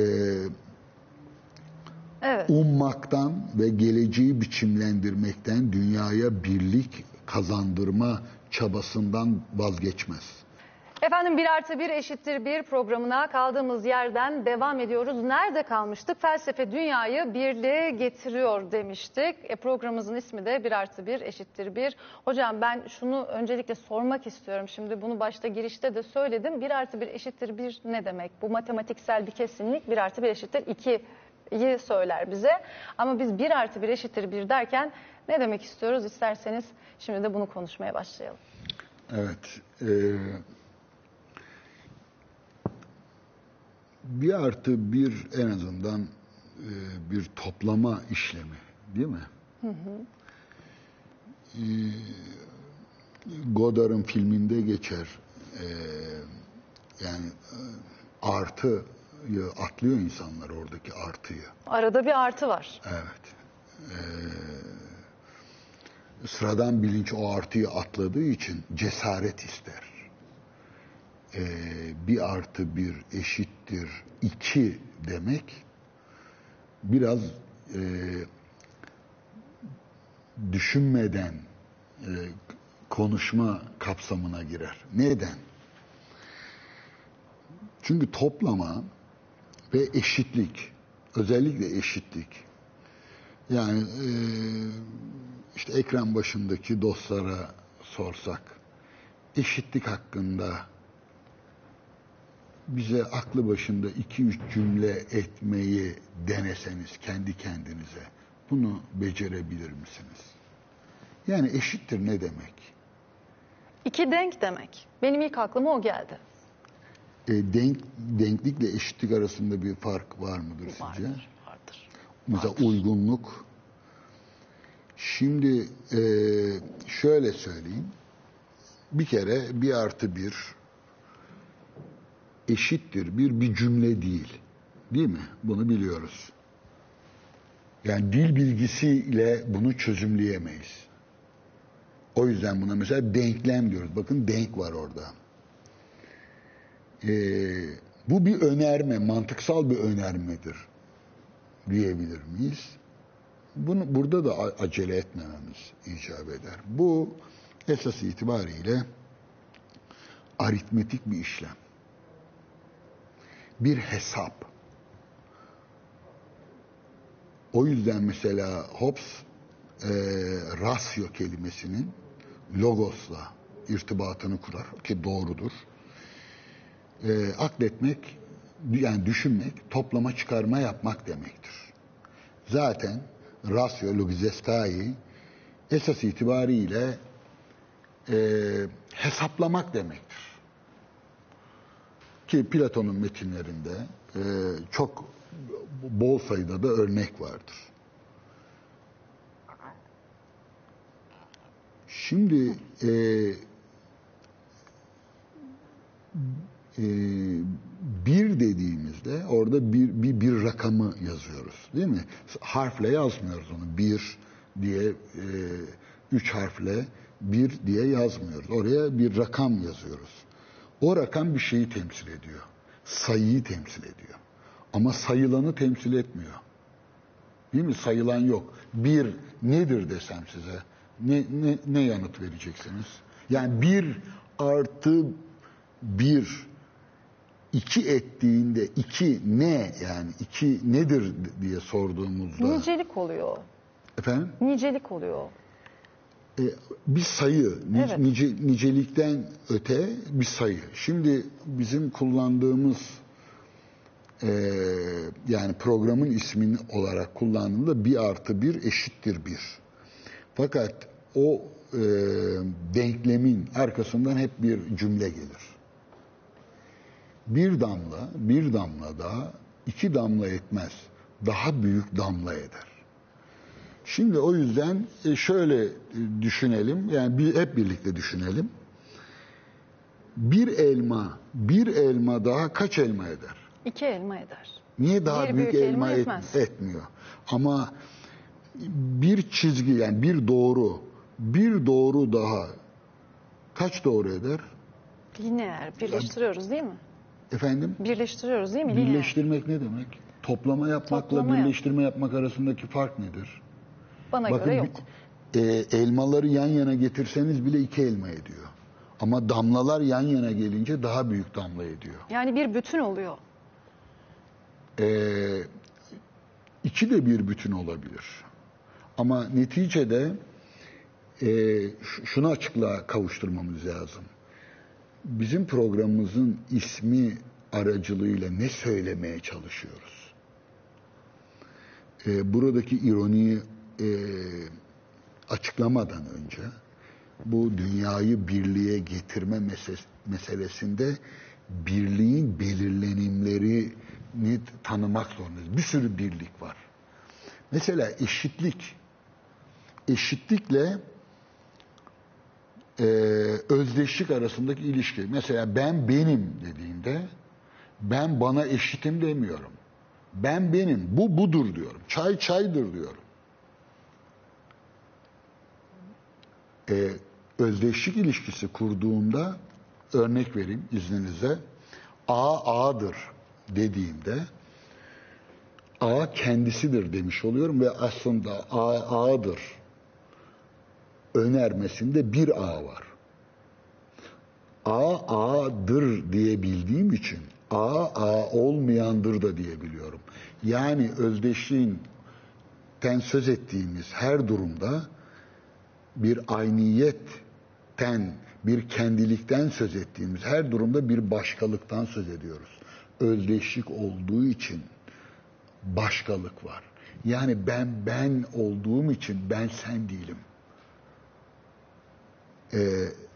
evet. ummaktan ve geleceği biçimlendirmekten, dünyaya birlik kazandırma çabasından vazgeçmez. Efendim bir artı bir eşittir bir programına kaldığımız yerden devam ediyoruz. Nerede kalmıştık? Felsefe dünyayı birliğe getiriyor demiştik. E, programımızın ismi de bir artı bir eşittir bir. Hocam ben şunu öncelikle sormak istiyorum. Şimdi bunu başta girişte de söyledim. Bir artı bir eşittir bir ne demek? Bu matematiksel bir kesinlik. Bir artı bir eşittir ikiyi söyler bize. Ama biz bir artı bir eşittir bir derken ne demek istiyoruz? İsterseniz şimdi de bunu konuşmaya başlayalım. Evet. Evet. Bir artı bir en azından e, bir toplama işlemi, değil mi? Hı hı. E, Godard'ın filminde geçer. E, yani e, artıyı atlıyor insanlar, oradaki artıyı. Arada bir artı var. Evet. E, sıradan bilinç o artıyı atladığı için cesaret ister. Ee, bir artı bir eşittir iki demek biraz e, düşünmeden e, konuşma kapsamına girer. Neden? Çünkü toplama ve eşitlik, özellikle eşitlik, yani e, işte ekran başındaki dostlara sorsak, eşitlik hakkında bize aklı başında iki üç cümle etmeyi deneseniz kendi kendinize, bunu becerebilir misiniz? Yani eşittir ne demek? İki denk demek. Benim ilk aklıma o geldi. E, denk, denklikle eşitlik arasında bir fark var mıdır sizce? Vardır, vardır. Mesela vardır. uygunluk. Şimdi e, şöyle söyleyeyim. Bir kere bir artı bir eşittir bir bir cümle değil. Değil mi? Bunu biliyoruz. Yani dil bilgisiyle bunu çözümleyemeyiz. O yüzden buna mesela denklem diyoruz. Bakın denk var orada. Ee, bu bir önerme, mantıksal bir önermedir diyebilir miyiz? Bunu burada da acele etmememiz icap eder. Bu esas itibariyle aritmetik bir işlem. Bir hesap. O yüzden mesela Hobbes e, rasyo kelimesinin logosla irtibatını kurar ki doğrudur. E, akletmek, yani düşünmek, toplama çıkarma yapmak demektir. Zaten rasyo, logizestai esas itibariyle e, hesaplamak demektir. Ki Platon'un metinlerinde e, çok bol sayıda da örnek vardır. Şimdi e, e, bir dediğimizde orada bir, bir bir rakamı yazıyoruz, değil mi? Harfle yazmıyoruz onu. Bir diye e, üç harfle bir diye yazmıyoruz. Oraya bir rakam yazıyoruz. O rakam bir şeyi temsil ediyor. Sayıyı temsil ediyor. Ama sayılanı temsil etmiyor. Değil mi? Sayılan yok. Bir nedir desem size, ne, ne, ne yanıt vereceksiniz? Yani bir artı bir iki ettiğinde iki ne, yani iki nedir diye sorduğumuzda. Nicelik oluyor. Efendim? Nicelik oluyor. E, bir sayı, nice, Evet. nice, nicelikten öte bir sayı. Şimdi bizim kullandığımız e, yani programın ismini olarak kullandığımda bir artı bir eşittir bir. Fakat o e, denklemin arkasından hep bir cümle gelir. Bir damla, bir damla daha iki damla etmez. Daha büyük damla eder. Şimdi o yüzden şöyle düşünelim, yani bir, hep birlikte düşünelim. Bir elma, bir elma daha kaç elma eder? İki elma eder. Niye daha Bir büyük, büyük elma, elma et, etmez. etmiyor? Ama bir çizgi, yani bir doğru, bir doğru daha kaç doğru eder? Lineer. Birleştiriyoruz değil mi? Efendim? Birleştiriyoruz değil mi? Lineer. Birleştirmek ne demek? Toplama yapmakla Toplama yap- birleştirme yapmak arasındaki fark nedir? Bana Bakın, göre yok. e, elmaları yan yana getirseniz bile iki elma ediyor. Ama damlalar yan yana gelince daha büyük damla ediyor. Yani bir bütün oluyor. E, iki de bir bütün olabilir. Ama neticede e, şunu açıklığa kavuşturmamız lazım. Bizim programımızın ismi aracılığıyla ne söylemeye çalışıyoruz? E, buradaki ironiyi e, açıklamadan önce bu dünyayı birliğe getirme meselesinde birliğin belirlenimlerini tanımak zorundayız. Bir sürü birlik var. Mesela eşitlik. Eşitlikle e, özdeşlik arasındaki ilişki. Mesela ben benim dediğimde ben bana eşitim demiyorum. Ben benim, bu budur diyorum. Çay çaydır diyorum. Ee, özdeşlik ilişkisi kurduğumda, örnek vereyim izninizle, A A'dır dediğimde A kendisidir demiş oluyorum ve aslında A A'dır önermesinde bir A var. A A'dır diyebildiğim için A A olmayandır da diyebiliyorum. Yani özdeşliğinden söz ettiğimiz her durumda bir ayniyetten, bir kendilikten söz ettiğimiz her durumda bir başkalıktan söz ediyoruz. Özdeşlik olduğu için başkalık var. Yani ben ben olduğum için ben sen değilim. Ee,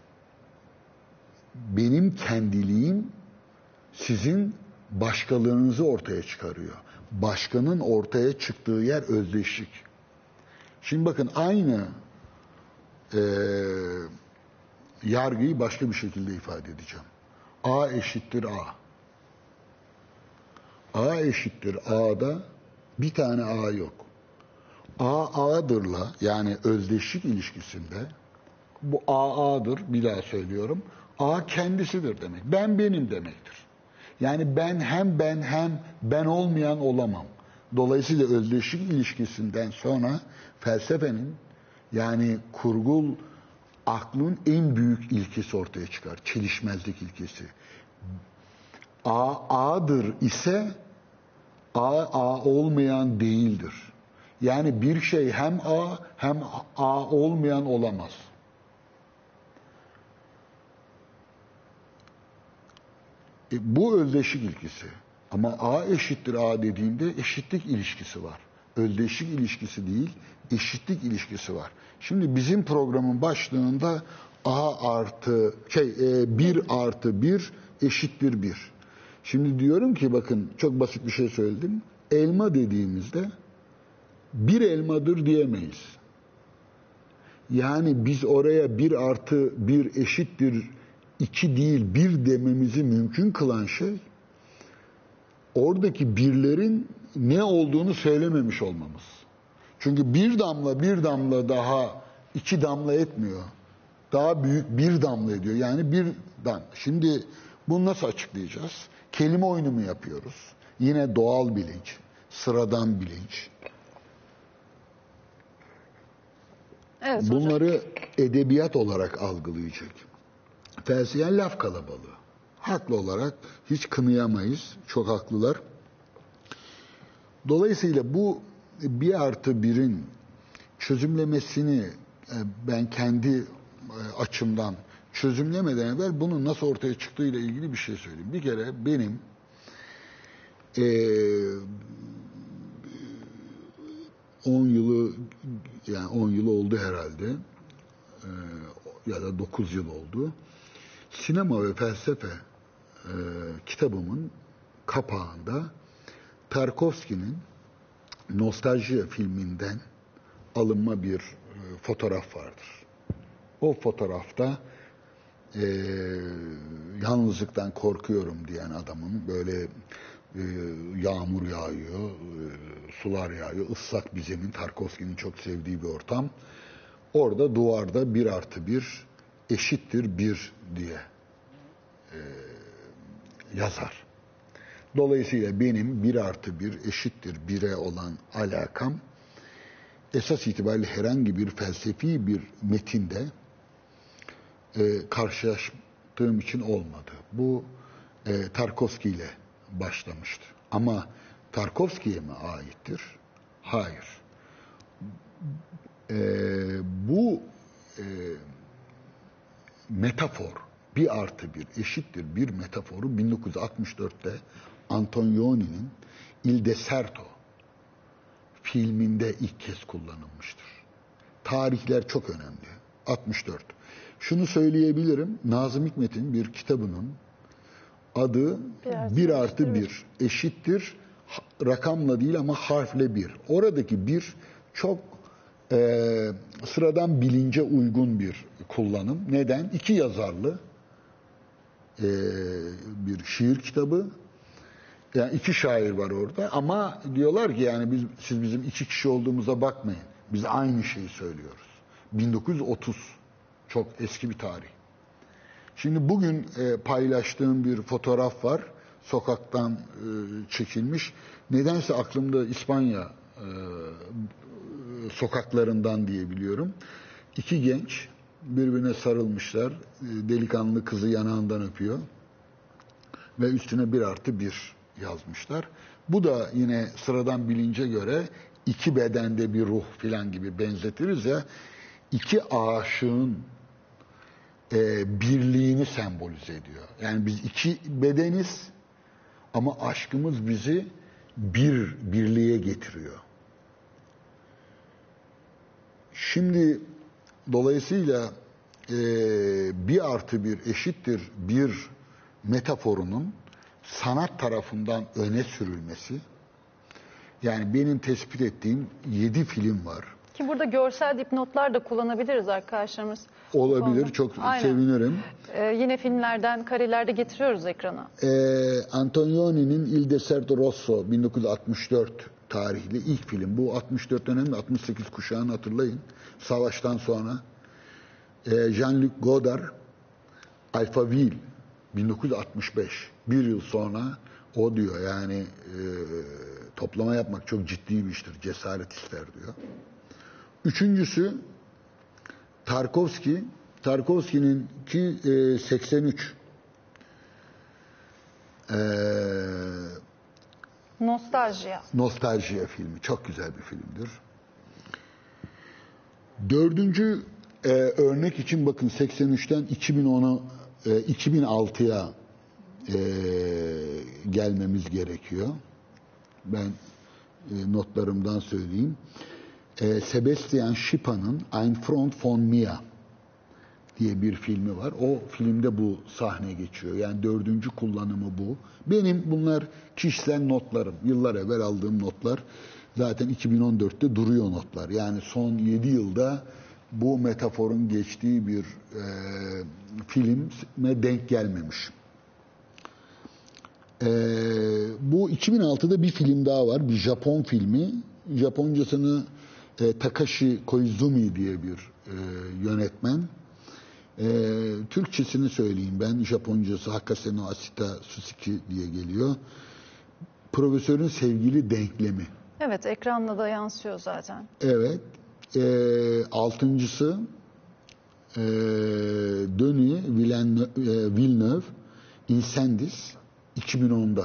benim kendiliğim sizin başkalığınızı ortaya çıkarıyor. Başkanın ortaya çıktığı yer özdeşlik. Şimdi bakın aynı e, yargıyı başka bir şekilde ifade edeceğim. A eşittir A. A eşittir A'da bir tane A yok. A A'dırla, yani özdeşlik ilişkisinde bu A A'dır, bir daha söylüyorum. A kendisidir demek. Ben benim demektir. Yani ben hem ben hem ben olmayan olamam. Dolayısıyla özdeşlik ilişkisinden sonra felsefenin, yani kurgul aklın en büyük ilkesi ortaya çıkar. Çelişmezlik ilkesi. A A'dır ise A A olmayan değildir. Yani bir şey hem A hem A olmayan olamaz. E, bu özdeşlik ilkesi. Ama A eşittir A dediğinde eşitlik ilişkisi var. Özdeşlik ilişkisi değil, eşitlik ilişkisi var. Şimdi bizim programın başlığında A artı şey e, bir artı bir eşittir bir. Şimdi diyorum ki bakın, çok basit bir şey söyledim. Elma dediğimizde bir elmadır diyemeyiz. Yani biz oraya bir artı bir eşittir iki değil bir dememizi mümkün kılan şey oradaki birlerin ne olduğunu söylememiş olmamız. Çünkü bir damla bir damla daha iki damla etmiyor. Daha büyük bir damla ediyor. Yani bir damla. Şimdi bunu nasıl açıklayacağız? Kelime oyunu mu yapıyoruz? Yine doğal bilinç, sıradan bilinç. Evet, bunları hocam edebiyat olarak algılayacak. felsefe, yani laf kalabalığı. Haklı olarak hiç kınayamayız. Çok haklılar. Dolayısıyla bu bir artı birin çözümlemesini ben kendi açımdan çözümlemeden evvel bunun nasıl ortaya çıktığıyla ilgili bir şey söyleyeyim. Bir kere benim on yılı yani on yıl oldu herhalde e, ya da dokuz yıl oldu. Sinema ve felsefe e, kitabımın kapağında Tarkovski'nin Nostalji filminden alınma bir e, fotoğraf vardır. O fotoğrafta e, yalnızlıktan korkuyorum diyen adamın böyle e, yağmur yağıyor, e, sular yağıyor, ıslak bir zemin, Tarkovski'nin çok sevdiği bir ortam. Orada duvarda bir artı bir eşittir bir diye e, yazar. Dolayısıyla benim bir artı bir eşittir bire olan alakam esas itibariyle herhangi bir felsefi bir metinde e, karşılaştığım için olmadı. Bu e, Tarkovski ile başlamıştı. Ama Tarkovski'ye mi aittir? Hayır. E, bu e, metafor, bir artı bir eşittir bir metaforu bin dokuz yüz altmış dörtte Antonioni'nin Il Deserto filminde ilk kez kullanılmıştır. Tarihler çok önemli. altmış dört. Şunu söyleyebilirim, Nazım Hikmet'in bir kitabının adı bir artı bir eşittir, rakamla değil ama harfle bir. Oradaki bir çok e, sıradan bilince uygun bir kullanım. Neden? İki yazarlı e, bir şiir kitabı. Yani iki şair var orada ama diyorlar ki yani biz, siz bizim iki kişi olduğumuza bakmayın. Biz aynı şeyi söylüyoruz. bin dokuz yüz otuz. Çok eski bir tarih. Şimdi bugün e, paylaştığım bir fotoğraf var. Sokaktan e, çekilmiş. Nedense aklımda İspanya e, sokaklarından diye biliyorum. İki genç birbirine sarılmışlar. E, delikanlı kızı yanağından öpüyor. Ve üstüne bir artı bir yazmışlar. Bu da yine sıradan bilince göre iki bedende bir ruh filan gibi benzetiriz ya, iki aşığın e, birliğini sembolize ediyor. Yani biz iki bedeniz ama aşkımız bizi bir birliğe getiriyor. Şimdi dolayısıyla e, bir artı bir eşittir bir metaforunun sanat tarafından öne sürülmesi, yani benim tespit ettiğim yedi film var. Ki burada görsel dipnotlar da kullanabiliriz arkadaşlarımız. Olabilir, çok Aynen. sevinirim. Ee, yine filmlerden karelerde getiriyoruz ekrana. Ee, Antonioni'nin Il Deserto Rosso bin dokuz yüz altmış dört tarihli ilk film. Bu altmış dört dönemi, altmış sekiz kuşağını hatırlayın. Savaştan sonra. Ee, Jean-Luc Godard, Alphaville bin dokuz yüz altmış beş. Bir yıl sonra o diyor yani e, toplama yapmak çok ciddi bir iştir, cesaret ister diyor. Üçüncüsü Tarkovski. Tarkovski'nin ki e, seksen üç. Ee, Nostaljiya. Nostaljiya filmi. Çok güzel bir filmdir. Dördüncü e, örnek için bakın seksen üçten iki bin ona e, iki bin altıya e, gelmemiz gerekiyor. Ben e, notlarımdan söyleyeyim. E, Sebastian Schipper'ın Ein Freund von mir diye bir filmi var. O filmde bu sahne geçiyor. Yani dördüncü kullanımı bu. Benim bunlar kişisel notlarım. Yıllar evvel aldığım notlar. Zaten iki bin on dörtte duruyor notlar. Yani son yedi yılda bu metaforun geçtiği bir e, filme denk gelmemiş. E, bu iki bin altıda bir film daha var. Bir Japon filmi. Japoncasını e, Takashi Koizumi diye bir e, yönetmen. E, Türkçesini söyleyeyim ben. Japoncası Hakase no Asita Suzuki diye geliyor. Profesörün sevgili denklemi. Evet, ekranla da yansıyor zaten. Evet. E, altıncısı e, Denis Villeneuve Incendies iki bin onda.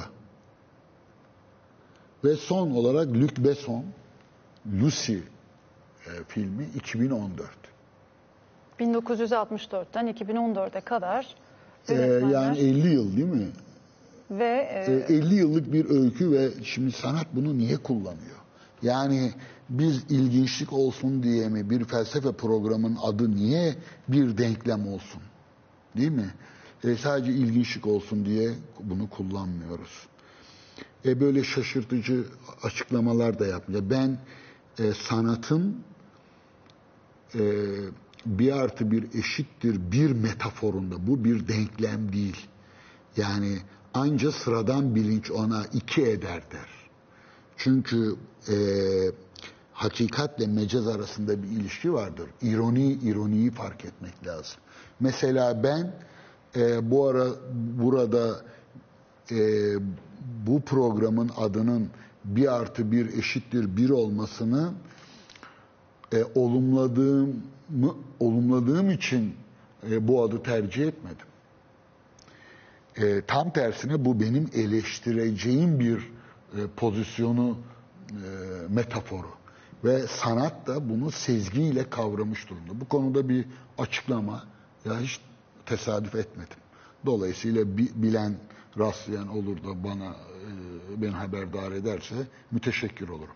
Ve son olarak Luc Besson Lucy e, filmi iki bin on dört. bin dokuz yüz altmış dörtten iki bin on dörde kadar Ee, yani elli yıl değil mi? Ve e, elli yıllık bir öykü ve şimdi sanat bunu niye kullanıyor? Yani biz ilginçlik olsun diye mi bir felsefe programının adı niye bir denklem olsun? Değil mi? E, sadece ilginçlik olsun diye bunu kullanmıyoruz. E, böyle şaşırtıcı açıklamalar da yapmıyor. Ben e, sanatın e, bir artı bir eşittir bir metaforunda, bu bir denklem değil. Yani anca sıradan bilinç ona iki eder der. Çünkü e, hakikatle mecaz arasında bir ilişki vardır. İroni, ironiyi fark etmek lazım. Mesela ben e, bu ara burada e, bu programın adının bir artı bir eşittir bir olmasını e, olumladığım olumladığım için e, bu adı tercih etmedim. E, tam tersine bu benim eleştireceğim bir e, pozisyonu, e, metaforu. Ve sanat da bunu sezgiyle kavramış durumda. Bu konuda bir açıklama ya hiç tesadüf etmedim. Dolayısıyla bi, bilen, rastlayan olur da bana e, beni haberdar ederse müteşekkir olurum.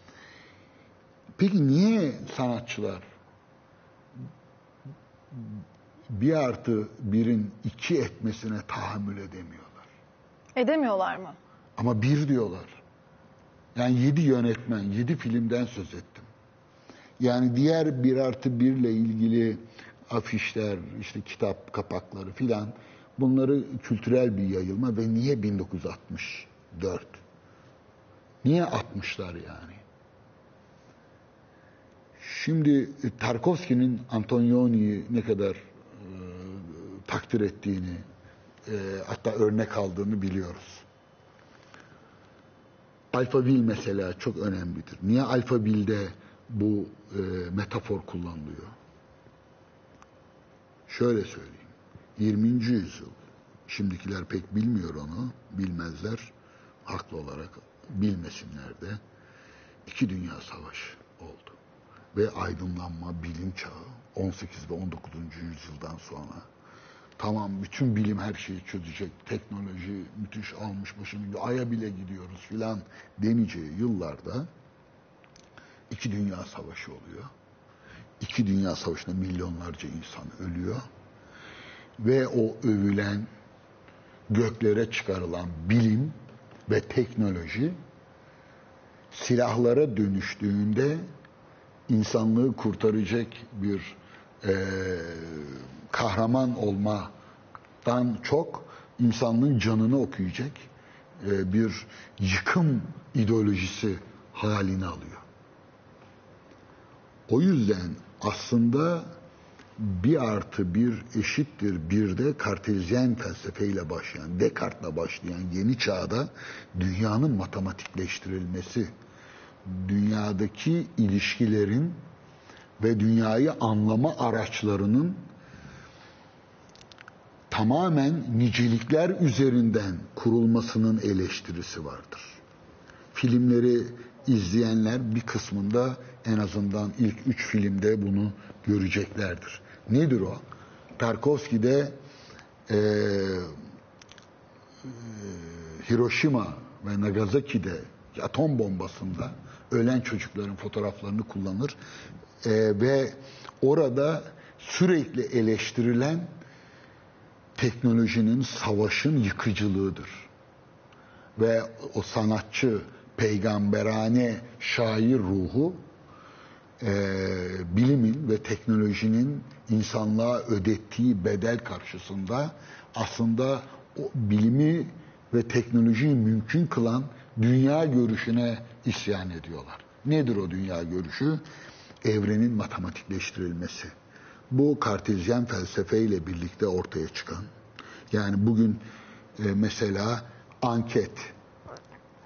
Peki niye sanatçılar bir artı birin iki etmesine tahammül edemiyorlar? Edemiyorlar mı? Ama bir diyorlar. Yani yedi yönetmen, yedi filmden söz ettim. Yani diğer bir artı birle ilgili afişler, işte kitap kapakları filan, bunları kültürel bir yayılma ve niye bin dokuz yüz altmış dört? Niye altmışlar yani? Şimdi Tarkovski'nin Antonioni'yi ne kadar e, takdir ettiğini, e, hatta örnek aldığını biliyoruz. Alphaville mesela çok önemlidir. Niye Alphaville'de bu e, metafor kullanılıyor? Şöyle söyleyeyim. yirminci yüzyıl, şimdikiler pek bilmiyor onu, bilmezler, haklı olarak bilmesinler de, iki dünya savaşı oldu. Ve aydınlanma, bilim çağı on sekiz ve on dokuzuncu yüzyıldan sonra tamam bütün bilim her şeyi çözecek, teknoloji müthiş almış başını, Ay'a bile gidiyoruz filan deneyeceği yıllarda iki dünya savaşı oluyor. İki dünya savaşında milyonlarca insan ölüyor. Ve o övülen, göklere çıkarılan bilim ve teknoloji silahlara dönüştüğünde insanlığı kurtaracak bir e, kahraman olmaktan çok insanlığın canını okuyacak e, bir yıkım ideolojisi halini alıyor. O yüzden aslında bir artı bir eşittir bir de Kartezyen felsefeyle başlayan, Descartes'la başlayan yeni çağda dünyanın matematikleştirilmesi, dünyadaki ilişkilerin ve dünyayı anlama araçlarının tamamen nicelikler üzerinden kurulmasının eleştirisi vardır. Filmleri izleyenler bir kısmında en azından ilk üç filmde bunu göreceklerdir. Nedir o? Tarkovski'de e, Hiroşima ve Nagasaki'de atom bombasında ölen çocukların fotoğraflarını kullanır e, ve orada sürekli eleştirilen teknolojinin, savaşın yıkıcılığıdır. Ve o sanatçı, peygamberane, şair ruhu e, bilimin ve teknolojinin insanlığa ödettiği bedel karşısında aslında o bilimi ve teknolojiyi mümkün kılan dünya görüşüne isyan ediyorlar. Nedir o dünya görüşü? Evrenin matematikleştirilmesi. Bu Kartezyen felsefeyle birlikte ortaya çıkan, yani bugün e, mesela anket,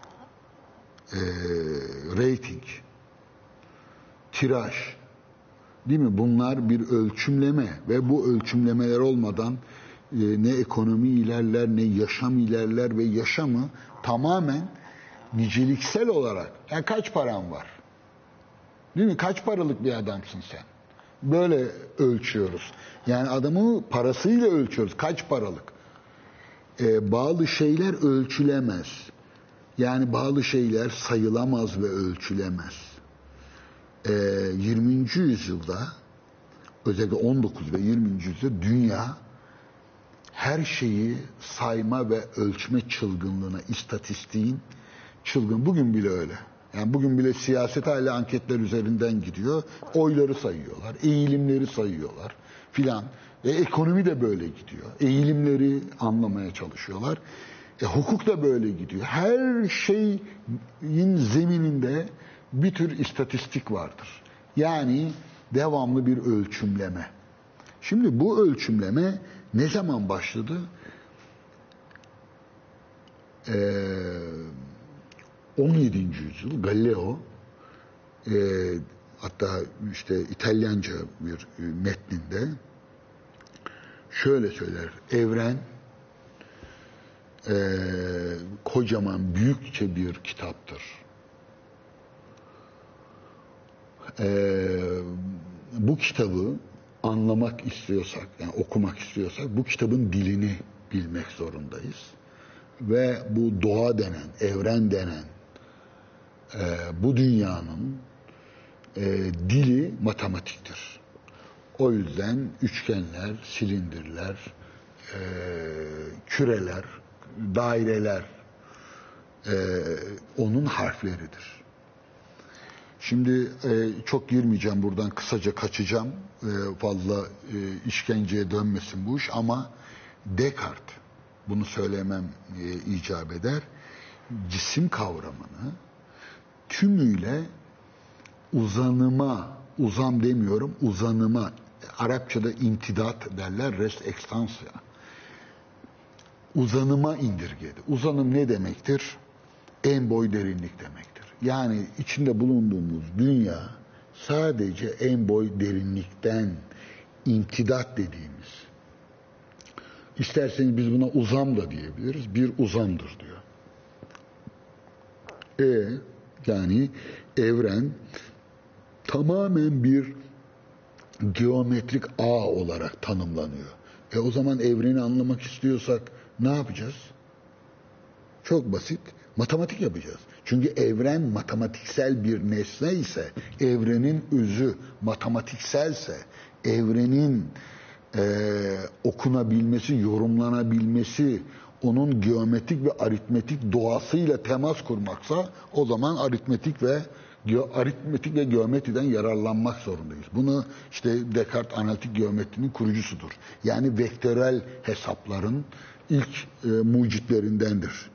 e, rating, tiraj, Değil mi? Bunlar bir ölçümleme ve bu ölçümlemeler olmadan e, ne ekonomi ilerler, ne yaşam ilerler ve yaşamı tamamen niceliksel olarak, yani kaç paran var? Değil mi? Kaç paralık bir adamsın sen? Böyle ölçüyoruz. Yani adamı parasıyla ölçüyoruz. Kaç paralık? Ee, bazı şeyler ölçülemez. Yani bazı şeyler sayılamaz ve ölçülemez. Ee, yirminci yüzyılda, özellikle on dokuz ve yirminci yüzyılda dünya her şeyi sayma ve ölçme çılgınlığına, istatistiğin çılgın. Bugün bile öyle. Yani bugün bile siyaset hala anketler üzerinden gidiyor. Oyları sayıyorlar, eğilimleri sayıyorlar filan. E, ekonomi de böyle gidiyor. Eğilimleri anlamaya çalışıyorlar. E, hukuk da böyle gidiyor. Her şeyin zemininde bir tür istatistik vardır. Yani devamlı bir ölçümleme. Şimdi bu ölçümleme ne zaman başladı? Eee on yedinci yüzyıl Galileo e, hatta işte İtalyanca bir metninde şöyle söyler: evren e, kocaman, büyükçe bir kitaptır. E, bu kitabı anlamak istiyorsak, yani okumak istiyorsak bu kitabın dilini bilmek zorundayız. Ve bu doğa denen, evren denen e, bu dünyanın e, dili matematiktir. O yüzden üçgenler, silindirler, e, küreler, daireler e, onun harfleridir. Şimdi e, çok girmeyeceğim buradan, kısaca kaçacağım. E, fazla e, işkenceye dönmesin bu iş ama Descartes, bunu söylemem e, icap eder, cisim kavramını tümüyle uzanıma, uzam demiyorum, uzanıma, Arapçada imtidat derler, res extensia, uzanıma indirgedi. Uzanım ne demektir? En boy derinlik demektir. Yani içinde bulunduğumuz dünya sadece en boy derinlikten imtidat dediğimiz. İsterseniz biz buna uzam da diyebiliriz. Bir uzamdır diyor. E yani evren tamamen bir geometrik ağ olarak tanımlanıyor. E o zaman evreni anlamak istiyorsak ne yapacağız? Çok basit. Matematik yapacağız. Çünkü evren matematiksel bir nesne ise, evrenin özü matematikselse, evrenin e, okunabilmesi, yorumlanabilmesi, onun geometrik ve aritmetik doğasıyla temas kurmaksa, o zaman aritmetik ve aritmetik ve geometriden yararlanmak zorundayız. Bunu işte Descartes analitik geometrinin kurucusudur. Yani vektörel hesapların ilk e, mucitlerindendir.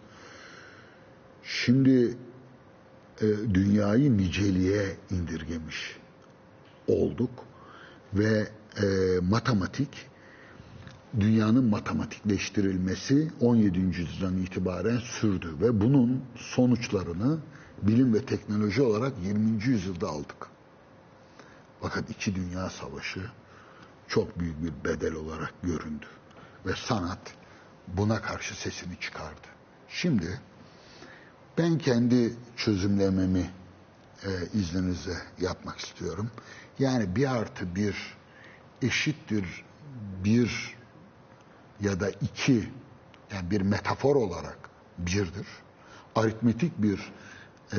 Şimdi e, dünyayı niceliğe indirgemiş olduk ve e, matematik, dünyanın matematikleştirilmesi on yedinci yüzyıldan itibaren sürdü ve bunun sonuçlarını bilim ve teknoloji olarak yirminci yüzyılda aldık. Fakat iki Dünya Savaşı çok büyük bir bedel olarak göründü ve sanat buna karşı sesini çıkardı. Şimdi ben kendi çözümlememi e, izninizle yapmak istiyorum. Yani bir artı bir eşittir bir ya da iki, yani bir metafor olarak birdir. Aritmetik bir e,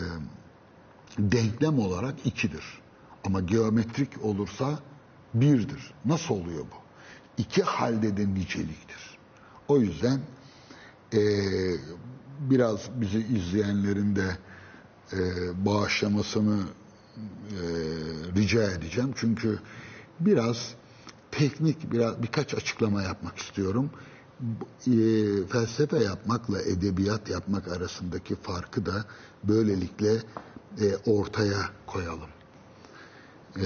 denklem olarak ikidir. Ama geometrik olursa birdir. Nasıl oluyor bu? İki halde de niceliktir. O yüzden e, biraz bizi izleyenlerin de e, bağışlamasını e, rica edeceğim. Çünkü biraz teknik, biraz birkaç açıklama yapmak istiyorum. E, felsefe yapmakla edebiyat yapmak arasındaki farkı da böylelikle e, ortaya koyalım. E,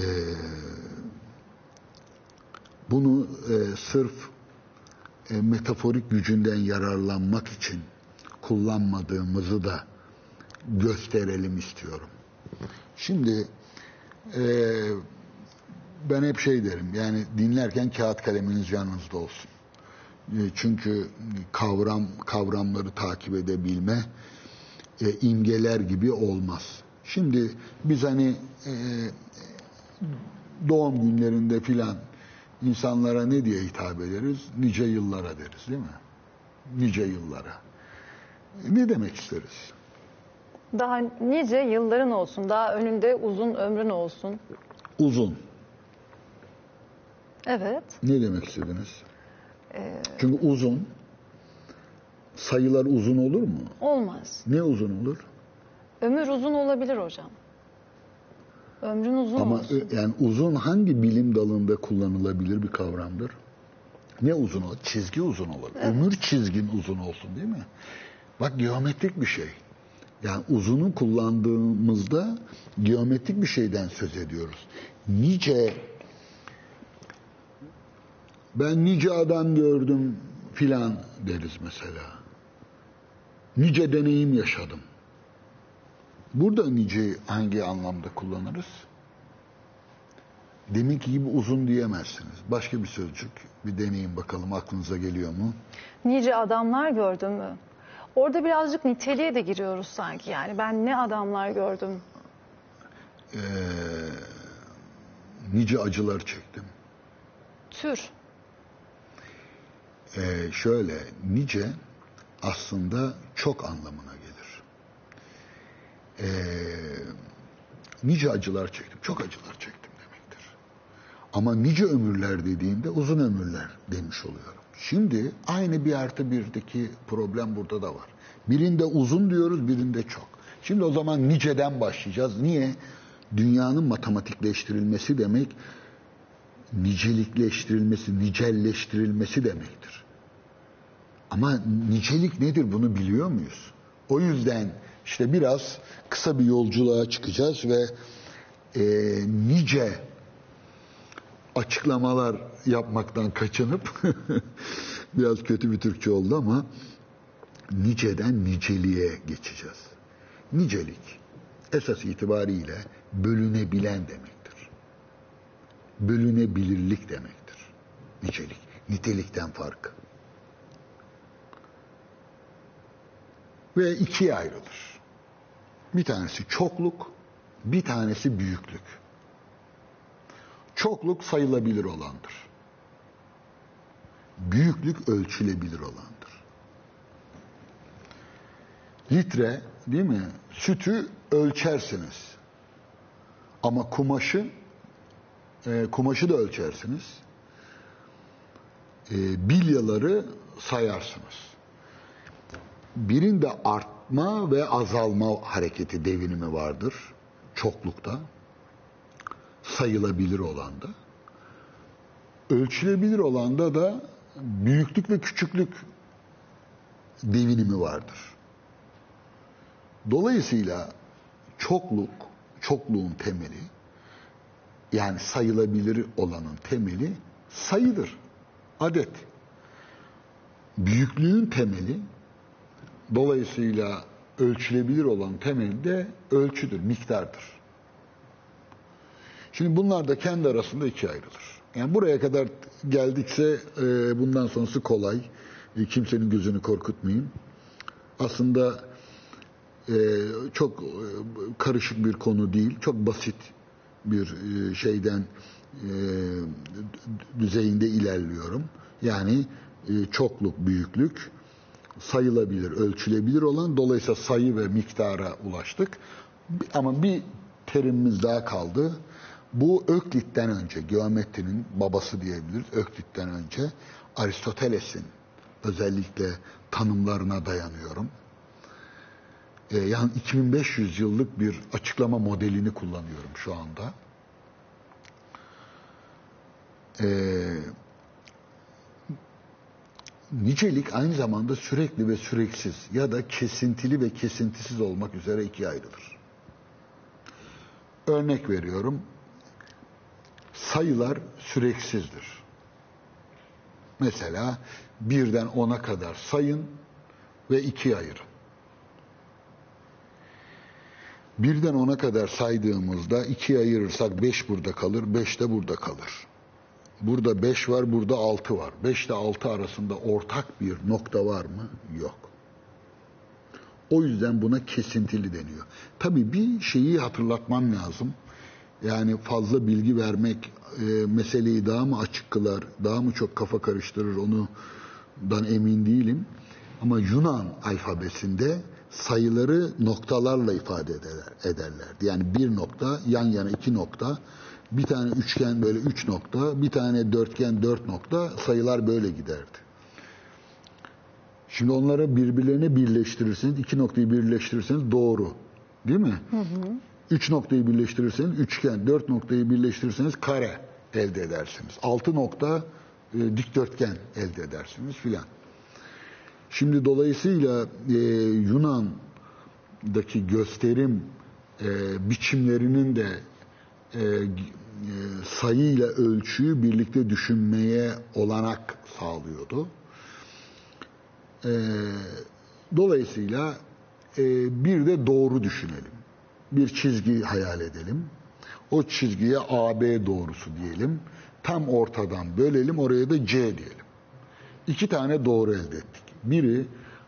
bunu e, sırf e, metaforik gücünden yararlanmak için kullanmadığımızı da gösterelim istiyorum. Şimdi e, ben hep şey derim, yani dinlerken kağıt kaleminiz yanınızda olsun. E, çünkü kavram kavramları takip edebilme e, imgeler gibi olmaz. Şimdi biz hani e, doğum günlerinde filan insanlara ne diye hitap ederiz? Nice yıllara deriz, değil mi? Nice yıllara. E, ne demek isteriz? Daha nice yılların olsun, daha önünde uzun ömrün olsun. Uzun. Evet. Ne demek istediniz? Ee... Çünkü uzun, sayılar uzun olur mu? Olmaz. Ne uzun olur? Ömür uzun olabilir hocam. Ömrün uzun Ama olsun. Ama yani uzun hangi bilim dalında kullanılabilir bir kavramdır? Ne uzun olur? Çizgi uzun olur. Evet. Ömür çizgin uzun olsun, değil mi? Bak, geometrik bir şey. Yani uzunu kullandığımızda geometrik bir şeyden söz ediyoruz. Nice, ben nice adam gördüm filan deriz mesela. Nice deneyim yaşadım. Burada nice hangi anlamda kullanırız? Deminki gibi uzun diyemezsiniz. Başka bir sözcük, bir deneyin bakalım, aklınıza geliyor mu? Nice adamlar gördüm mü? Orada birazcık niteliğe de giriyoruz sanki. Yani ben ne adamlar gördüm. Ee, nice acılar çektim. Tür. Ee, şöyle, nice aslında çok anlamına gelir. Ee, nice acılar çektim, çok acılar çektim demektir. Ama nice ömürler dediğimde uzun ömürler demiş oluyorum. Şimdi aynı bir artı birdeki problem burada da var. Birinde uzun diyoruz, birinde çok. Şimdi o zaman niceden başlayacağız. Niye? Dünyanın matematikleştirilmesi demek, nicelikleştirilmesi, nicelleştirilmesi demektir. Ama nicelik nedir, bunu biliyor muyuz? O yüzden işte biraz kısa bir yolculuğa çıkacağız ve e, nice açıklamalar yapmaktan kaçınıp biraz kötü bir Türkçe oldu ama niceden niceliğe geçeceğiz. Nicelik esas itibariyle bölünebilen demektir. Bölünebilirlik demektir. Nicelik, nitelikten farkı. Ve ikiye ayrılır. Bir tanesi çokluk, bir tanesi büyüklük. Çokluk sayılabilir olandır. Büyüklük ölçülebilir olandır. Litre, değil mi? Sütü ölçersiniz. Ama kumaşı e, kumaşı da ölçersiniz. E, bilyaları sayarsınız. Birinde artma ve azalma hareketi, devinimi vardır. Çoklukta. Sayılabilir olanda. Ölçülebilir olanda da büyüklük ve küçüklük devinimi vardır. Dolayısıyla çokluk, çokluğun temeli, yani sayılabilir olanın temeli sayıdır, adet. Büyüklüğün temeli, dolayısıyla ölçülebilir olan temeli de ölçüdür, miktardır. Şimdi bunlar da kendi arasında ikiye ayrılır. Yani buraya kadar geldikse e, bundan sonrası kolay. E, kimsenin gözünü korkutmayayım. Aslında e, çok e, karışık bir konu değil. Çok basit bir e, şeyden e, düzeyinde ilerliyorum. Yani e, çokluk, büyüklük, sayılabilir, ölçülebilir olan, dolayısıyla sayı ve miktara ulaştık. Ama bir terimimiz daha kaldı. Bu Öklit'ten önce, geometrinin babası diyebiliriz, Öklit'ten önce Aristoteles'in özellikle tanımlarına dayanıyorum. Ee, yani iki bin beş yüz yıllık bir açıklama modelini kullanıyorum şu anda. Ee, nicelik aynı zamanda sürekli ve süreksiz ya da kesintili ve kesintisiz olmak üzere ikiye ayrılır. Örnek veriyorum. Sayılar süreksizdir. Mesela birden ona kadar sayın ve ikiye ayırın. Birden ona kadar saydığımızda ikiye ayırırsak beş burada kalır, beş de burada kalır. Burada beş var, burada altı var. beş ile altı arasında ortak bir nokta var mı? Yok. O yüzden buna kesintili deniyor. Tabii bir şeyi hatırlatmam lazım. Yani fazla bilgi vermek e, meseleyi daha mı açık kılar, daha mı çok kafa karıştırır ondan emin değilim. Ama Yunan alfabesinde sayıları noktalarla ifade ederler, ederlerdi. Yani bir nokta, yan yana iki nokta, bir tane üçgen böyle üç nokta, bir tane dörtgen dört nokta, sayılar böyle giderdi. Şimdi onları birbirlerine birleştirirseniz, iki noktayı birleştirirseniz doğru. Değil mi? Hı hı. Üç noktayı birleştirirseniz üçgen, dört noktayı birleştirirseniz kare elde edersiniz. Altı nokta e, dikdörtgen elde edersiniz filan. Şimdi dolayısıyla e, Yunan'daki gösterim e, biçimlerinin de e, e, sayıyla ölçüyü birlikte düşünmeye olanak sağlıyordu. E, dolayısıyla e, bir de doğru düşünelim. Bir çizgi hayal edelim. O çizgiye A B doğrusu diyelim. Tam ortadan bölelim, oraya da C diyelim. İki tane doğru elde ettik. Biri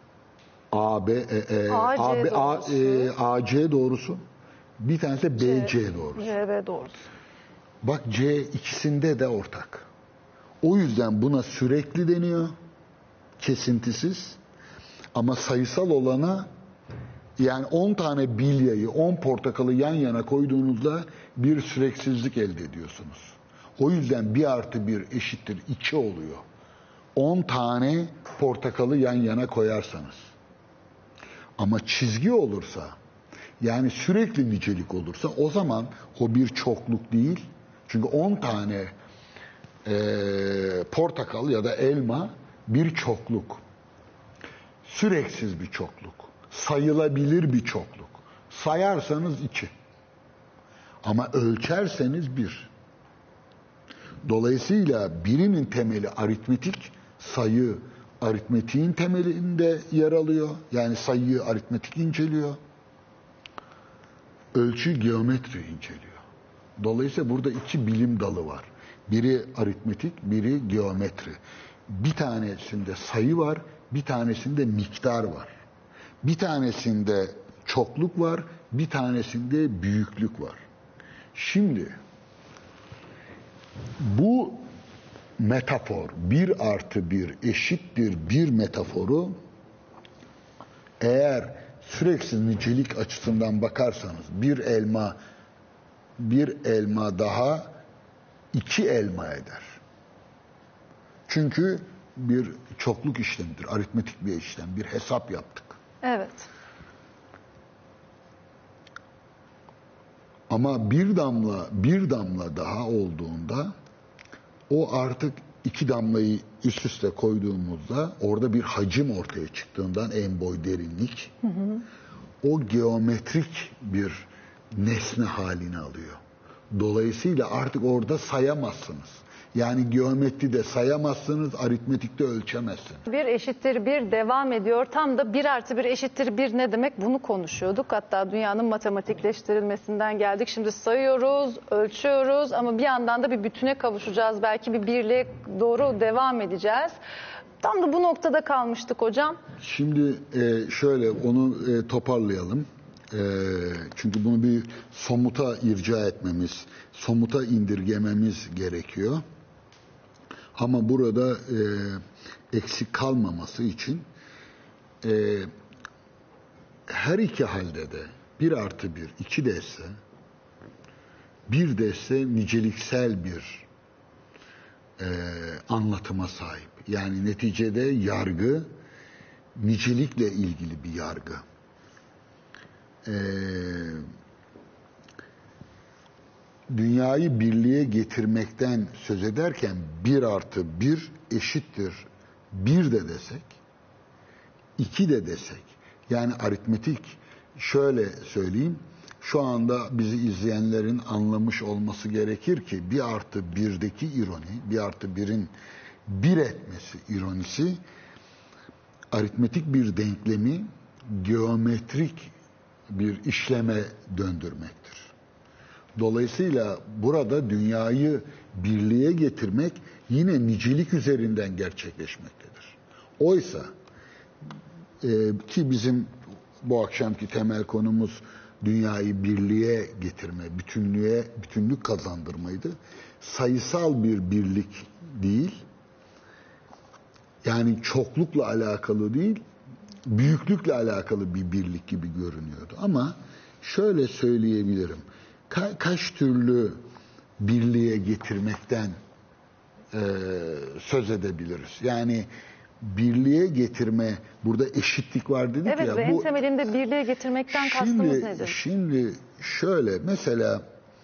A B e, e, A C doğrusu. E, A C doğrusu. Bir tanesi de B C doğrusu. C B doğrusu. Bak C ikisinde de ortak. O yüzden buna sürekli deniyor. Kesintisiz. Ama sayısal olana, yani on tane bilyayı, on portakalı yan yana koyduğunuzda bir süreksizlik elde ediyorsunuz. O yüzden bir artı bir eşittir iki oluyor. on tane portakalı yan yana koyarsanız. Ama çizgi olursa, yani sürekli nicelik olursa, o zaman o bir çokluk değil. Çünkü on tane e, portakal ya da elma bir çokluk. Süreksiz bir çokluk. Sayılabilir bir çokluk. Sayarsanız iki. Ama ölçerseniz bir. Dolayısıyla birimin temeli aritmetik, sayı aritmetiğin temelinde yer alıyor. Yani sayıyı aritmetik inceliyor. Ölçü geometri inceliyor. Dolayısıyla burada iki bilim dalı var. Biri aritmetik, biri geometri. Bir tanesinde sayı var, bir tanesinde miktar var. Bir tanesinde çokluk var, bir tanesinde büyüklük var. Şimdi bu metafor, bir artı bir eşittir bir metaforu, eğer süreksiz nicelik açısından bakarsanız, bir elma bir elma daha iki elma eder. Çünkü bir çokluk işlemidir, aritmetik bir işlem, bir hesap yaptık. Evet. Ama bir damla, bir damla daha olduğunda, o artık iki damlayı üst üste koyduğumuzda, orada bir hacim ortaya çıktığından, en boy derinlik, hı hı, o geometrik bir nesne halini alıyor. Dolayısıyla artık orada sayamazsınız. Yani geometride sayamazsınız, aritmetikte ölçemezsiniz. Bir eşittir bir devam ediyor. Tam da bir artı bir eşittir bir ne demek, bunu konuşuyorduk. Hatta dünyanın matematikleştirilmesinden geldik. Şimdi sayıyoruz, ölçüyoruz ama bir yandan da bir bütüne kavuşacağız. Belki bir birliğe doğru devam edeceğiz. Tam da bu noktada kalmıştık hocam. Şimdi e, şöyle onu e, toparlayalım. E, çünkü bunu bir somuta irca etmemiz, somuta indirgememiz gerekiyor. Ama burada e, eksik kalmaması için e, her iki halde de bir artı bir, iki de ise, bir de ise niceliksel bir e, anlatıma sahip. Yani neticede yargı nicelikle ilgili bir yargı. Ee, dünyayı birliğe getirmekten söz ederken bir artı bir eşittir bir de desek, iki de desek, yani aritmetik, şöyle söyleyeyim, şu anda bizi izleyenlerin anlamış olması gerekir ki bir artı birdeki ironi, bir artı birin bir etmesi ironisi, aritmetik bir denklemi geometrik bir işleme döndürmektir. Dolayısıyla burada dünyayı birliğe getirmek yine nicelik üzerinden gerçekleşmektedir. Oysa e, ki bizim bu akşamki temel konumuz dünyayı birliğe getirme, bütünlüğe, bütünlük kazandırmaydı. Sayısal bir birlik değil, yani çoklukla alakalı değil, büyüklükle alakalı bir birlik gibi görünüyordu. Ama şöyle söyleyebilirim, Ka- kaç türlü birliğe getirmekten e, söz edebiliriz? Yani birliğe getirme, burada eşitlik var dedik evet, ya. Evet ve bu, en temelinde birliğe getirmekten şimdi, kastımız nedir? Şimdi şöyle, mesela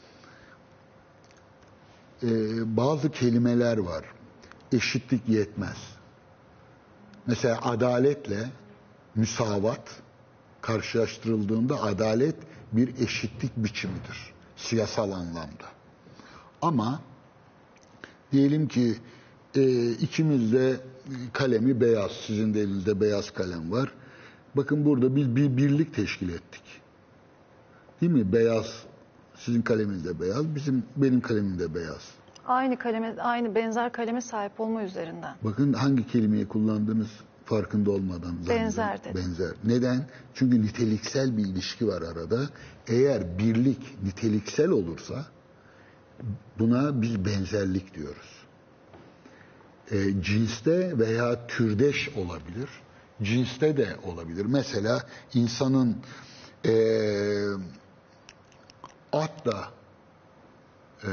e, bazı kelimeler var. Eşitlik yetmez. Mesela adaletle müsavat karşılaştırıldığında adalet bir eşitlik biçimidir siyasal anlamda. Ama diyelim ki e, ikimiz de kalemi beyaz, sizin de elinizde beyaz kalem var. Bakın burada biz bir birlik teşkil ettik. Değil mi? Beyaz, sizin kaleminiz de beyaz, bizim benim kalemim de beyaz. Aynı kaleme, aynı benzer kaleme sahip olma üzerinden. Bakın hangi kelimeyi kullandınız farkında olmadan. Benzer dedim. Benzer. Neden? Çünkü niteliksel bir ilişki var arada. Eğer birlik niteliksel olursa buna biz benzerlik diyoruz. E, cinste veya türdeş olabilir. Cinste de olabilir. Mesela insanın e, at da e,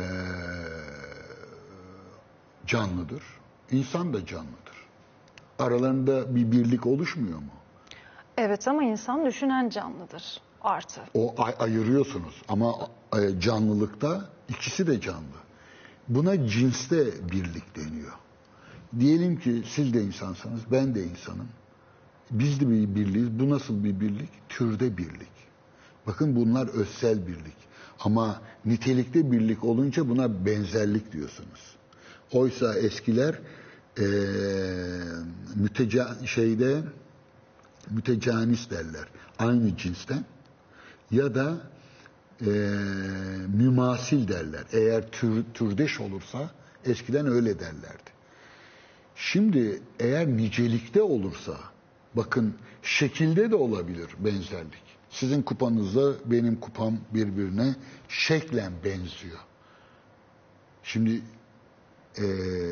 canlıdır. İnsan da canlıdır. Aralarında bir birlik oluşmuyor mu? Evet ama insan düşünen canlıdır artı. O ay- ayırıyorsunuz ama e, canlılıkta ikisi de canlı. Buna cinste birlik deniyor. Diyelim ki siz de insansınız, ben de insanım. Biz de bir birliğiz. Bu nasıl bir birlik? Türde birlik. Bakın bunlar özsel birlik. Ama nitelikte birlik olunca buna benzerlik diyorsunuz. Oysa eskiler e, müteca şeyde mütecanis derler. Aynı cinsten ya da e, mümasil derler. Eğer tür, türdeş olursa eskiden öyle derlerdi. Şimdi eğer nicelikte olursa, bakın şekilde de olabilir benzerlik. Sizin kupanızla benim kupam birbirine şeklen benziyor. Şimdi e,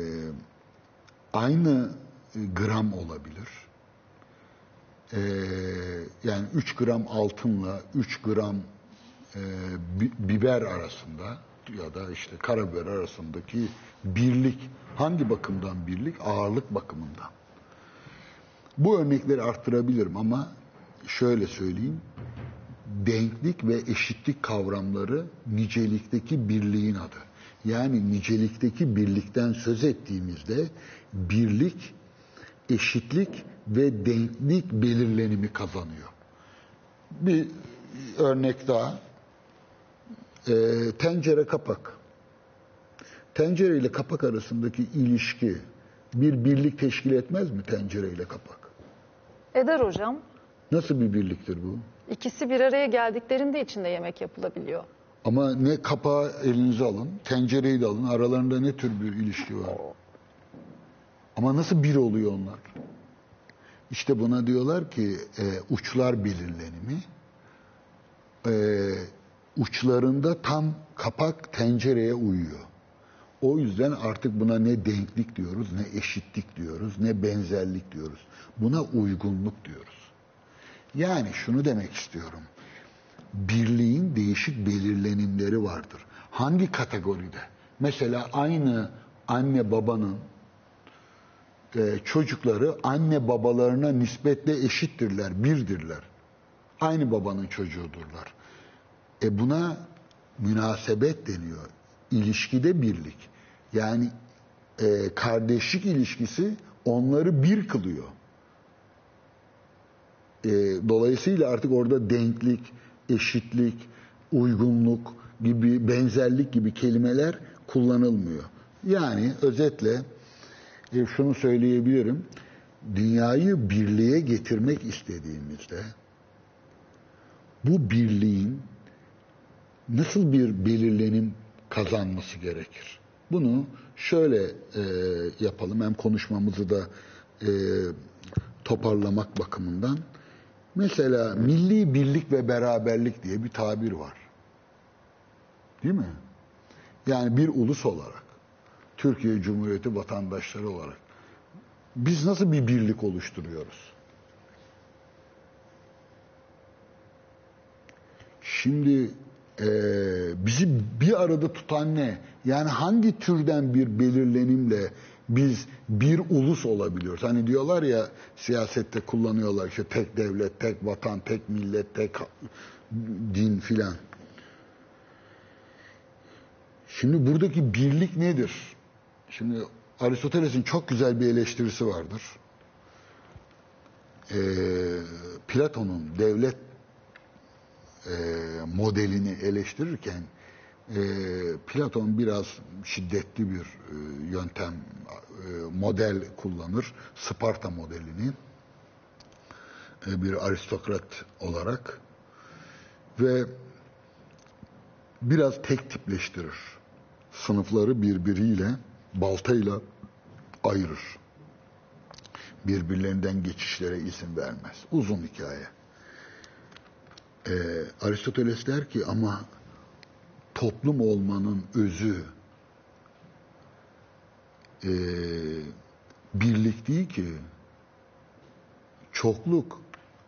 aynı gram olabilir. E, yani üç gram altınla üç gram e, biber arasında ya da işte karabiber arasındaki birlik hangi bakımdan birlik? Ağırlık bakımından. Bu örnekleri arttırabilirim ama şöyle söyleyeyim. Denklik ve eşitlik kavramları nicelikteki birliğin adı. Yani nicelikteki birlikten söz ettiğimizde birlik, eşitlik ve denklik belirlenimi kazanıyor. Bir örnek daha. E, tencere kapak. Tencere ile kapak arasındaki ilişki bir birlik teşkil etmez mi tencere ile kapak? Eder hocam. Nasıl bir birliktir bu? İkisi bir araya geldiklerinde içinde yemek yapılabiliyor. Ama ne kapağı elinize alın, tencereyi de alın. Aralarında ne tür bir ilişki var? Ama nasıl bir oluyor onlar? İşte buna diyorlar ki e, uçlar belirlenimi. E, uçlarında tam kapak tencereye uyuyor. O yüzden artık buna ne denklik diyoruz, ne eşitlik diyoruz, ne benzerlik diyoruz. Buna uygunluk diyoruz. Yani şunu demek istiyorum. Birliğin değişik belirlenimleri vardır. Hangi kategoride? Mesela aynı anne babanın e, çocukları anne babalarına nispetle eşittirler, birdirler. Aynı babanın çocuğudurlar. E buna münasebet deniyor. İlişkide birlik. Yani e, kardeşlik ilişkisi onları bir kılıyor. E, dolayısıyla artık orada denklik, eşitlik, uygunluk gibi, benzerlik gibi kelimeler kullanılmıyor. Yani özetle e, şunu söyleyebilirim. Dünyayı birliğe getirmek istediğimizde bu birliğin nasıl bir belirlenim kazanması gerekir? Bunu şöyle e, yapalım, hem konuşmamızı da e, toparlamak bakımından. Mesela milli birlik ve beraberlik diye bir tabir var. Değil mi? Yani bir ulus olarak, Türkiye Cumhuriyeti vatandaşları olarak biz nasıl bir birlik oluşturuyoruz? Şimdi e, bizi bir arada tutan ne? Yani hangi türden bir belirlenimle biz bir ulus olabiliyoruz? Hani diyorlar ya, siyasette kullanıyorlar işte tek devlet, tek vatan, tek millet, tek din filan. Şimdi buradaki birlik nedir? Şimdi Aristoteles'in çok güzel bir eleştirisi vardır. Ee, Platon'un devlet e, modelini eleştirirken e, Platon biraz şiddetli bir e, yöntem, e, model kullanır. Sparta modelini e, bir aristokrat olarak ve biraz tek tipleştirir. Sınıfları birbiriyle baltayla ayırır. Birbirlerinden geçişlere izin vermez. Uzun hikaye. Ee, Aristoteles der ki ama toplum olmanın özü e, birlik değil ki, çokluk.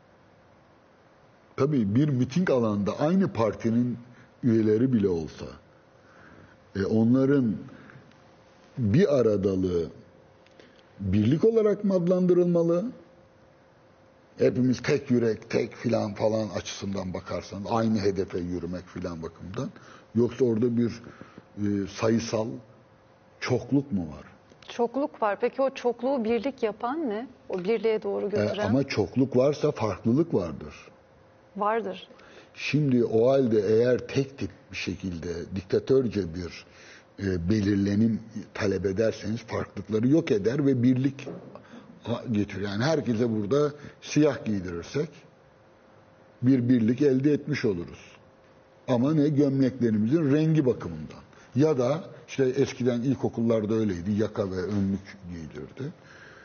Tabii bir miting alanda aynı partinin üyeleri bile olsa e, onların bir aradalığı birlik olarak mı adlandırılmalı? Hepimiz tek yürek, tek filan falan açısından bakarsanız, aynı hedefe yürümek filan bakımından. Yoksa orada bir e, sayısal çokluk mu var? Çokluk var. Peki o çokluğu birlik yapan ne? O birliğe doğru götüren? E, ama çokluk varsa farklılık vardır. Vardır. Şimdi o halde eğer tek tip bir şekilde diktatörce bir e, belirlenim talep ederseniz farklılıkları yok eder ve birlik getiriyor. Yani herkese burada siyah giydirirsek bir birlik elde etmiş oluruz. Ama ne? Gömleklerimizin rengi bakımından. Ya da işte eskiden ilkokullarda öyleydi. Yaka ve önlük giydirirdi.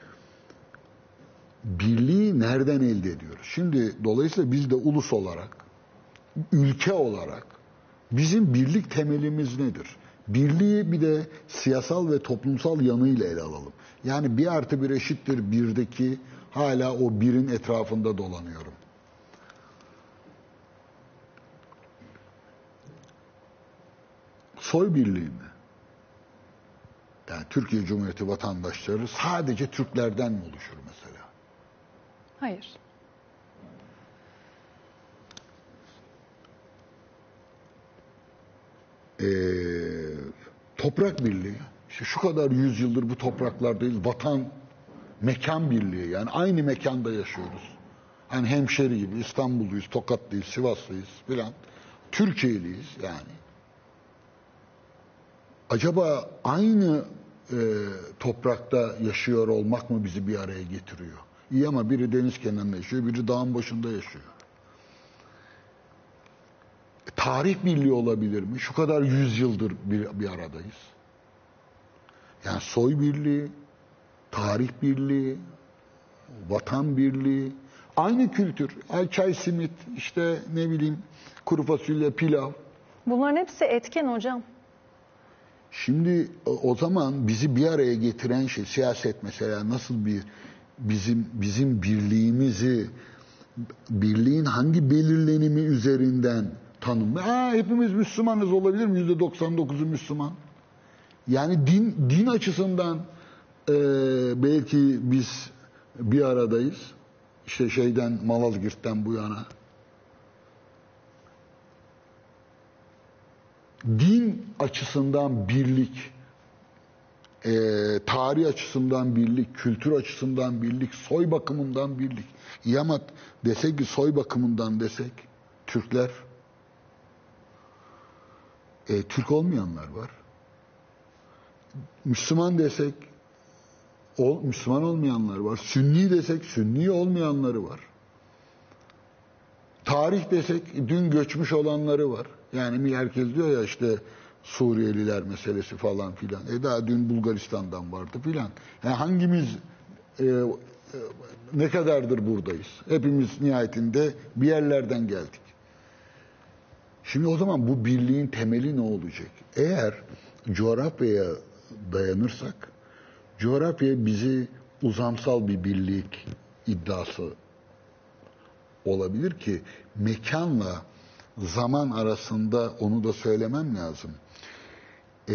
Birliği nereden elde ediyoruz? Şimdi dolayısıyla biz de ulus olarak, ülke olarak bizim birlik temelimiz nedir? Birliği bir de siyasal ve toplumsal yanıyla ele alalım. Yani bir artı bir eşittir birdeki hala o birin etrafında dolanıyorum. Soy birliği mi? Yani Türkiye Cumhuriyeti vatandaşları sadece Türklerden mi oluşur mesela? Hayır. Ee, toprak birliği. İşte şu kadar yüzyıldır bu topraklardayız. Vatan, mekan birliği. Yani aynı mekanda yaşıyoruz. Hani hemşeri gibi İstanbulluyuz, Tokatlıyız, Sivaslıyız filan. Türkiye'liyiz yani. Acaba aynı e, toprakta yaşıyor olmak mı bizi bir araya getiriyor? İyi ama biri deniz kenarında yaşıyor, biri dağın başında yaşıyor. E, tarih birliği olabilir mi? Şu kadar yüzyıldır bir, bir aradayız. Yani soy birliği, tarih birliği, vatan birliği, aynı kültür. Ay çay simit, işte ne bileyim kuru fasulye, pilav. Bunların hepsi etken hocam. Şimdi o zaman bizi bir araya getiren şey siyaset mesela nasıl bir bizim bizim birliğimizi birliğin hangi belirlenimi üzerinden tanımlıyor? Ha, hepimiz Müslümanız olabilir mi? yüzde doksan dokuzu Müslüman. Yani din din açısından e, belki biz bir aradayız. İşte şeyden Malazgirt'ten bu yana. Din açısından birlik, e, tarih açısından birlik, kültür açısından birlik, soy bakımından birlik. İyi ama desek ki soy bakımından desek, Türkler, e, Türk olmayanlar var. Müslüman desek, ol, Müslüman olmayanlar var. Sünni desek, Sünni olmayanları var. Tarih desek dün göçmüş olanları var. Yani herkes diyor ya işte Suriyeliler meselesi falan filan. E daha dün Bulgaristan'dan vardı filan. Yani hangimiz e, e, ne kadardır buradayız? Hepimiz nihayetinde bir yerlerden geldik. Şimdi o zaman bu birliğin temeli ne olacak? Eğer coğrafyaya dayanırsak, coğrafya bizi uzamsal bir birlik iddiası olabilir ki mekanla zaman arasında onu da söylemem lazım. Ee,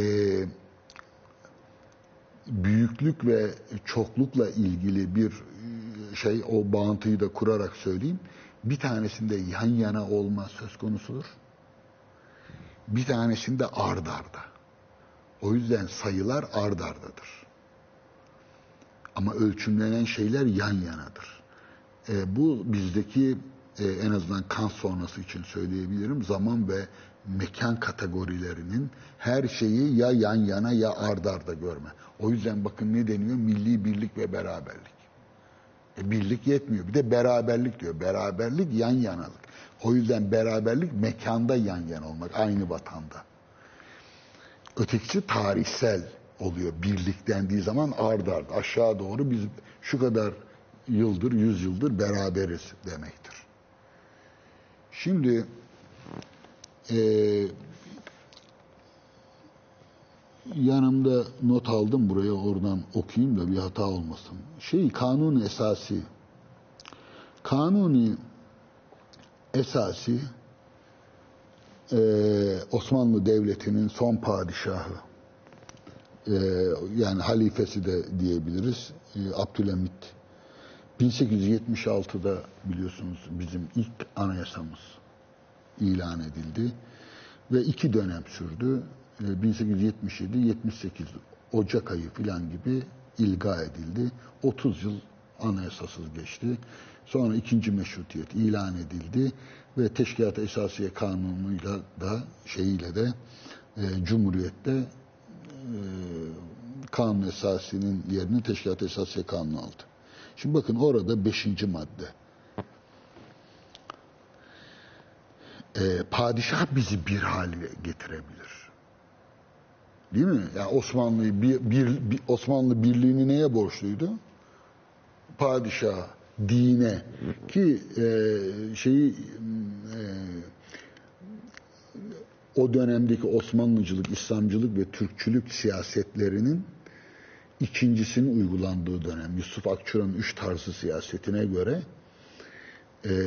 büyüklük ve çoklukla ilgili bir şey, o bağıntıyı da kurarak söyleyeyim. Bir tanesinde yan yana olma söz konusudur. Bir tanesinde ard arda. O yüzden sayılar ard ardadır. Ama ölçümlenen şeyler yan yanadır. E, bu bizdeki e, en azından Kant sonrası için söyleyebilirim. Zaman ve mekan kategorilerinin her şeyi ya yan yana ya ard arda görme. O yüzden bakın ne deniyor? Milli birlik ve beraberlik. E, birlik yetmiyor. Bir de beraberlik diyor. Beraberlik yan yanalık. O yüzden beraberlik mekanda yan yana olmak. Aynı vatanda. Ötekisi tarihsel oluyor. Birlik dendiği zaman ard arda aşağı doğru biz şu kadar yıldır, yüz yıldır beraberiz demektir. Şimdi e, yanımda not aldım, buraya oradan okuyayım da bir hata olmasın. Şey, kanun esası. Kanuni esası e, Osmanlı Devleti'nin son padişahı, e, yani halifesi de diyebiliriz, e, Abdülhamit. bin sekiz yüz yetmiş altıda biliyorsunuz bizim ilk anayasamız ilan edildi ve iki dönem sürdü. bin sekiz yüz yetmiş yedi yetmiş sekiz Ocak ayı filan gibi ilga edildi. otuz yıl anayasasız geçti. Sonra ikinci meşrutiyet ilan edildi ve Teşkilat-ı Esasiye Kanunu'yla da şeyiyle de e, Cumhuriyet'te e, Kanun Esasi'nin yerini Teşkilat-ı Esasiye Kanunu aldı. Şimdi bakın orada beşinci madde. Ee, padişah bizi bir hale getirebilir. Değil mi? Yani Osmanlı'yı bir, bir, bir Osmanlı birliğini neye borçluydu? Padişah, dine ki e, şeyi e, o dönemdeki Osmanlıcılık, İslamcılık ve Türkçülük siyasetlerinin İkincisinin uygulandığı dönem, Yusuf Akçura'nın üç tarzı siyasetine göre e, e,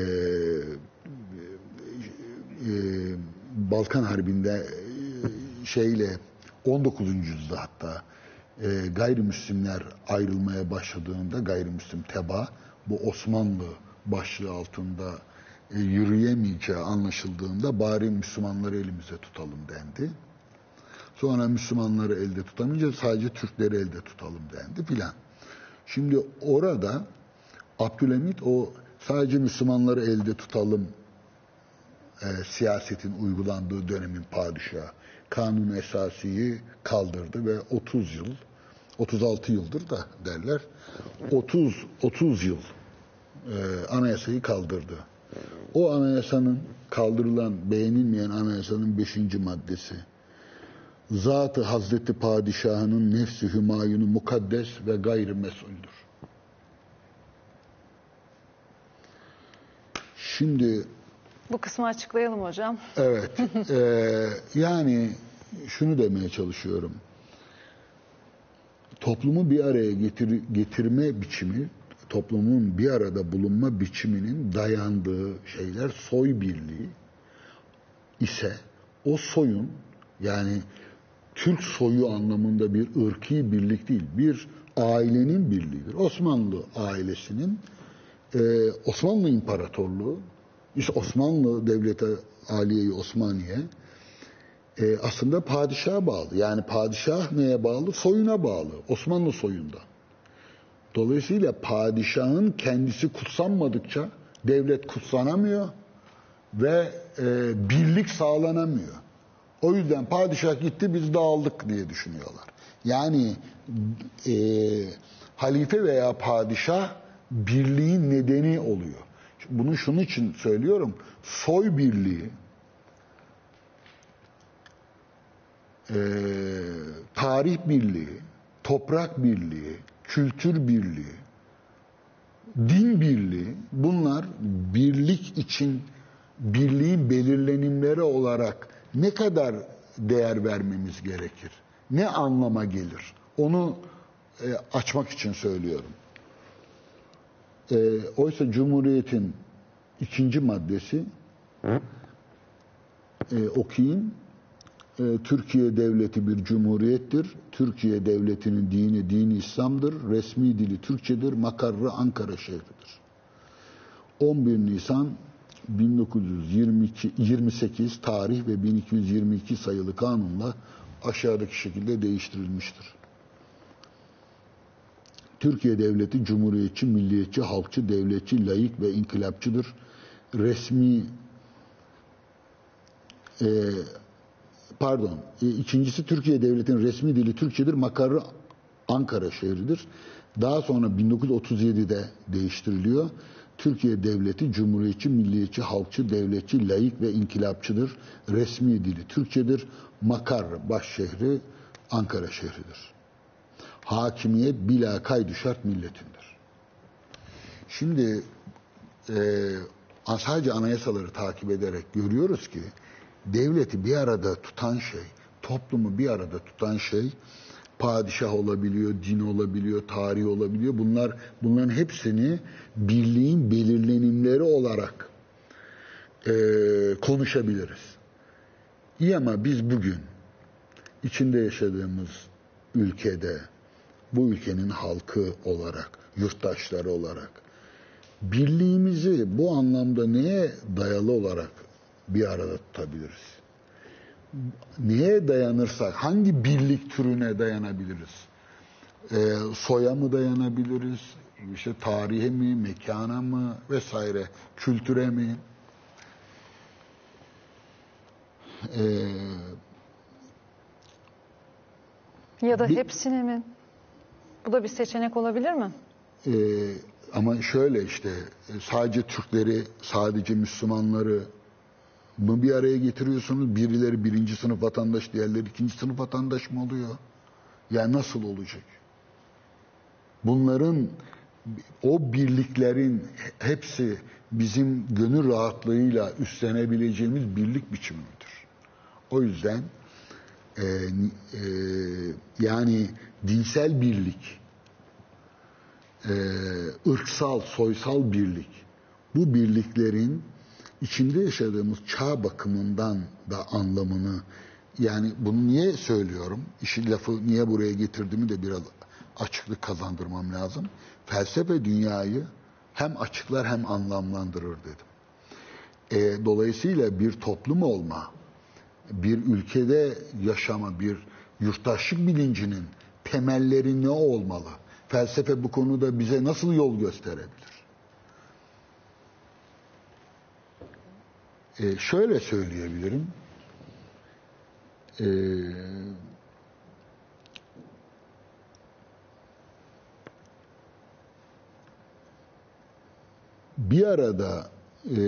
Balkan Harbi'nde e, şeyle on dokuzuncu yüzyılda hatta e, gayrimüslimler ayrılmaya başladığında gayrimüslim teba bu Osmanlı başlığı altında e, yürüyemeyeceği anlaşıldığında bari Müslümanları elimize tutalım dendi. Sonra Müslümanları elde tutamayınca sadece Türkleri elde tutalım dendi filan. Şimdi orada Abdülhamit o sadece Müslümanları elde tutalım e, siyasetin uygulandığı dönemin padişahı Kanun Esasi'yi kaldırdı ve otuz yıl, otuz altı yıldır da derler, otuz otuz yıl e, anayasayı kaldırdı. O anayasanın kaldırılan, beğenilmeyen anayasanın beşinci maddesi. Zat-ı Hazreti Padişah'ın nefsi hümayunu mukaddes ve gayri mesuldür. Şimdi bu kısmı açıklayalım hocam. Evet. e, yani şunu demeye çalışıyorum. Toplumu bir araya getir, getirme biçimi, toplumun bir arada bulunma biçiminin dayandığı şeyler soy birliği ise o soyun, yani Türk soyu anlamında bir ırki birlik değil, bir ailenin birliğidir. Osmanlı ailesinin, e, Osmanlı İmparatorluğu, işte Osmanlı Devleti Aliye-i Osmaniye e, aslında padişaha bağlı. Yani padişah neye bağlı? Soyuna bağlı. Osmanlı soyunda. Dolayısıyla padişahın kendisi kutsanmadıkça devlet kutsanamıyor ve e, birlik sağlanamıyor. O yüzden padişah gitti biz dağıldık diye düşünüyorlar. Yani e, halife veya padişah birliğin nedeni oluyor. Bunu şunun için söylüyorum. Soy birliği, e, tarih birliği, toprak birliği, kültür birliği, din birliği, bunlar birlik için birliğin belirlenimleri olarak ne kadar değer vermemiz gerekir? Ne anlama gelir? Onu e, açmak için söylüyorum. E, oysa Cumhuriyet'in ikinci maddesi, e, okuyayım. E, Türkiye Devleti bir cumhuriyettir. Türkiye Devleti'nin dini dini İslam'dır. Resmi dili Türkçedir. Makarrı Ankara şehridir. on bir Nisan bin dokuz yüz yirmi iki, yirmi sekiz tarih ve bin iki yüz yirmi iki sayılı kanunla aşağıdaki şekilde değiştirilmiştir. Türkiye Devleti cumhuriyetçi, milliyetçi, halkçı, devletçi, laik ve inkılapçıdır. Resmi e, pardon, e, ikincisi Türkiye Devleti'nin resmi dili Türkçedir. Makarrı Ankara şehridir. Daha sonra bin dokuz yüz otuz yedide değiştiriliyor. Türkiye Devleti cumhuriyetçi, milliyetçi, halkçı, devletçi, laik ve inkılapçıdır. Resmi dili Türkçedir. Makar baş şehri Ankara şehridir. Hakimiyet bila kaydı şart milletindir. Şimdi e, sadece anayasaları takip ederek görüyoruz ki devleti bir arada tutan şey, toplumu bir arada tutan şey padişah olabiliyor, din olabiliyor, tarih olabiliyor. Bunlar bunların hepsini birliğin belirlenimleri olarak e, konuşabiliriz. İyi ama biz bugün içinde yaşadığımız ülkede bu ülkenin halkı olarak, yurttaşları olarak birliğimizi bu anlamda neye dayalı olarak bir arada tutabiliriz? Neye dayanırsak, hangi birlik türüne dayanabiliriz? Ee, soya mı dayanabiliriz? İşte tarihe mi, mekana mı vesaire, kültüre mi? Ee, ya da bir, hepsine mi? Bu da bir seçenek olabilir mi? E, ama şöyle işte sadece Türkleri, sadece Müslümanları mı bir araya getiriyorsunuz? Birileri birinci sınıf vatandaş, diğerleri ikinci sınıf vatandaş mı oluyor? Yani nasıl olacak? Bunların, o birliklerin hepsi bizim gönül rahatlığıyla üstlenebileceğimiz birlik biçimi midir? O yüzden e, e, yani dinsel birlik, e, ırksal, soysal birlik, bu birliklerin içinde yaşadığımız çağ bakımından da anlamını, yani bunu niye söylüyorum? İşin lafı niye buraya getirdiğimi de biraz açıklık kazandırmam lazım. Felsefe dünyayı hem açıklar hem anlamlandırır dedim. E, dolayısıyla bir toplum olma, bir ülkede yaşama, bir yurttaşlık bilincinin temelleri ne olmalı? Felsefe bu konuda bize nasıl yol gösterebilir? Ee, şöyle söyleyebilirim. Ee, bir arada e,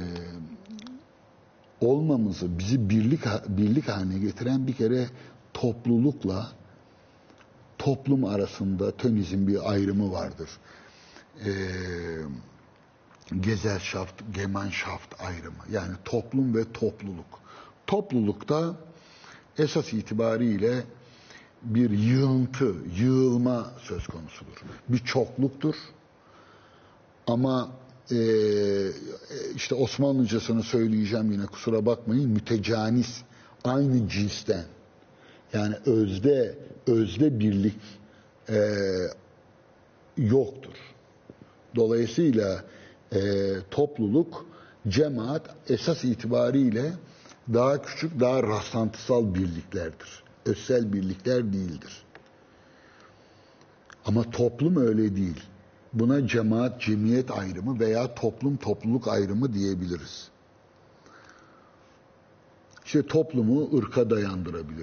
olmamızı, bizi birlik birlik haline getiren bir kere toplulukla toplum arasında Tönnies'in bir ayrımı vardır. Ee, Gesellschaft, Gemeinschaft ayrımı. Yani toplum ve topluluk. Toplulukta esas itibariyle bir yığıntı, yığılma söz konusudur. Bir çokluktur. Ama e, işte Osmanlıcasını söyleyeceğim yine, kusura bakmayın, mütecanis, aynı cinsten. Yani özde, özde birlik e, yoktur. Dolayısıyla e, topluluk, cemaat esas itibariyle daha küçük, daha rastlantısal birliklerdir. Özsel birlikler değildir. Ama toplum öyle değil. Buna cemaat, cemiyet ayrımı veya toplum, topluluk ayrımı diyebiliriz. İşte toplumu ırka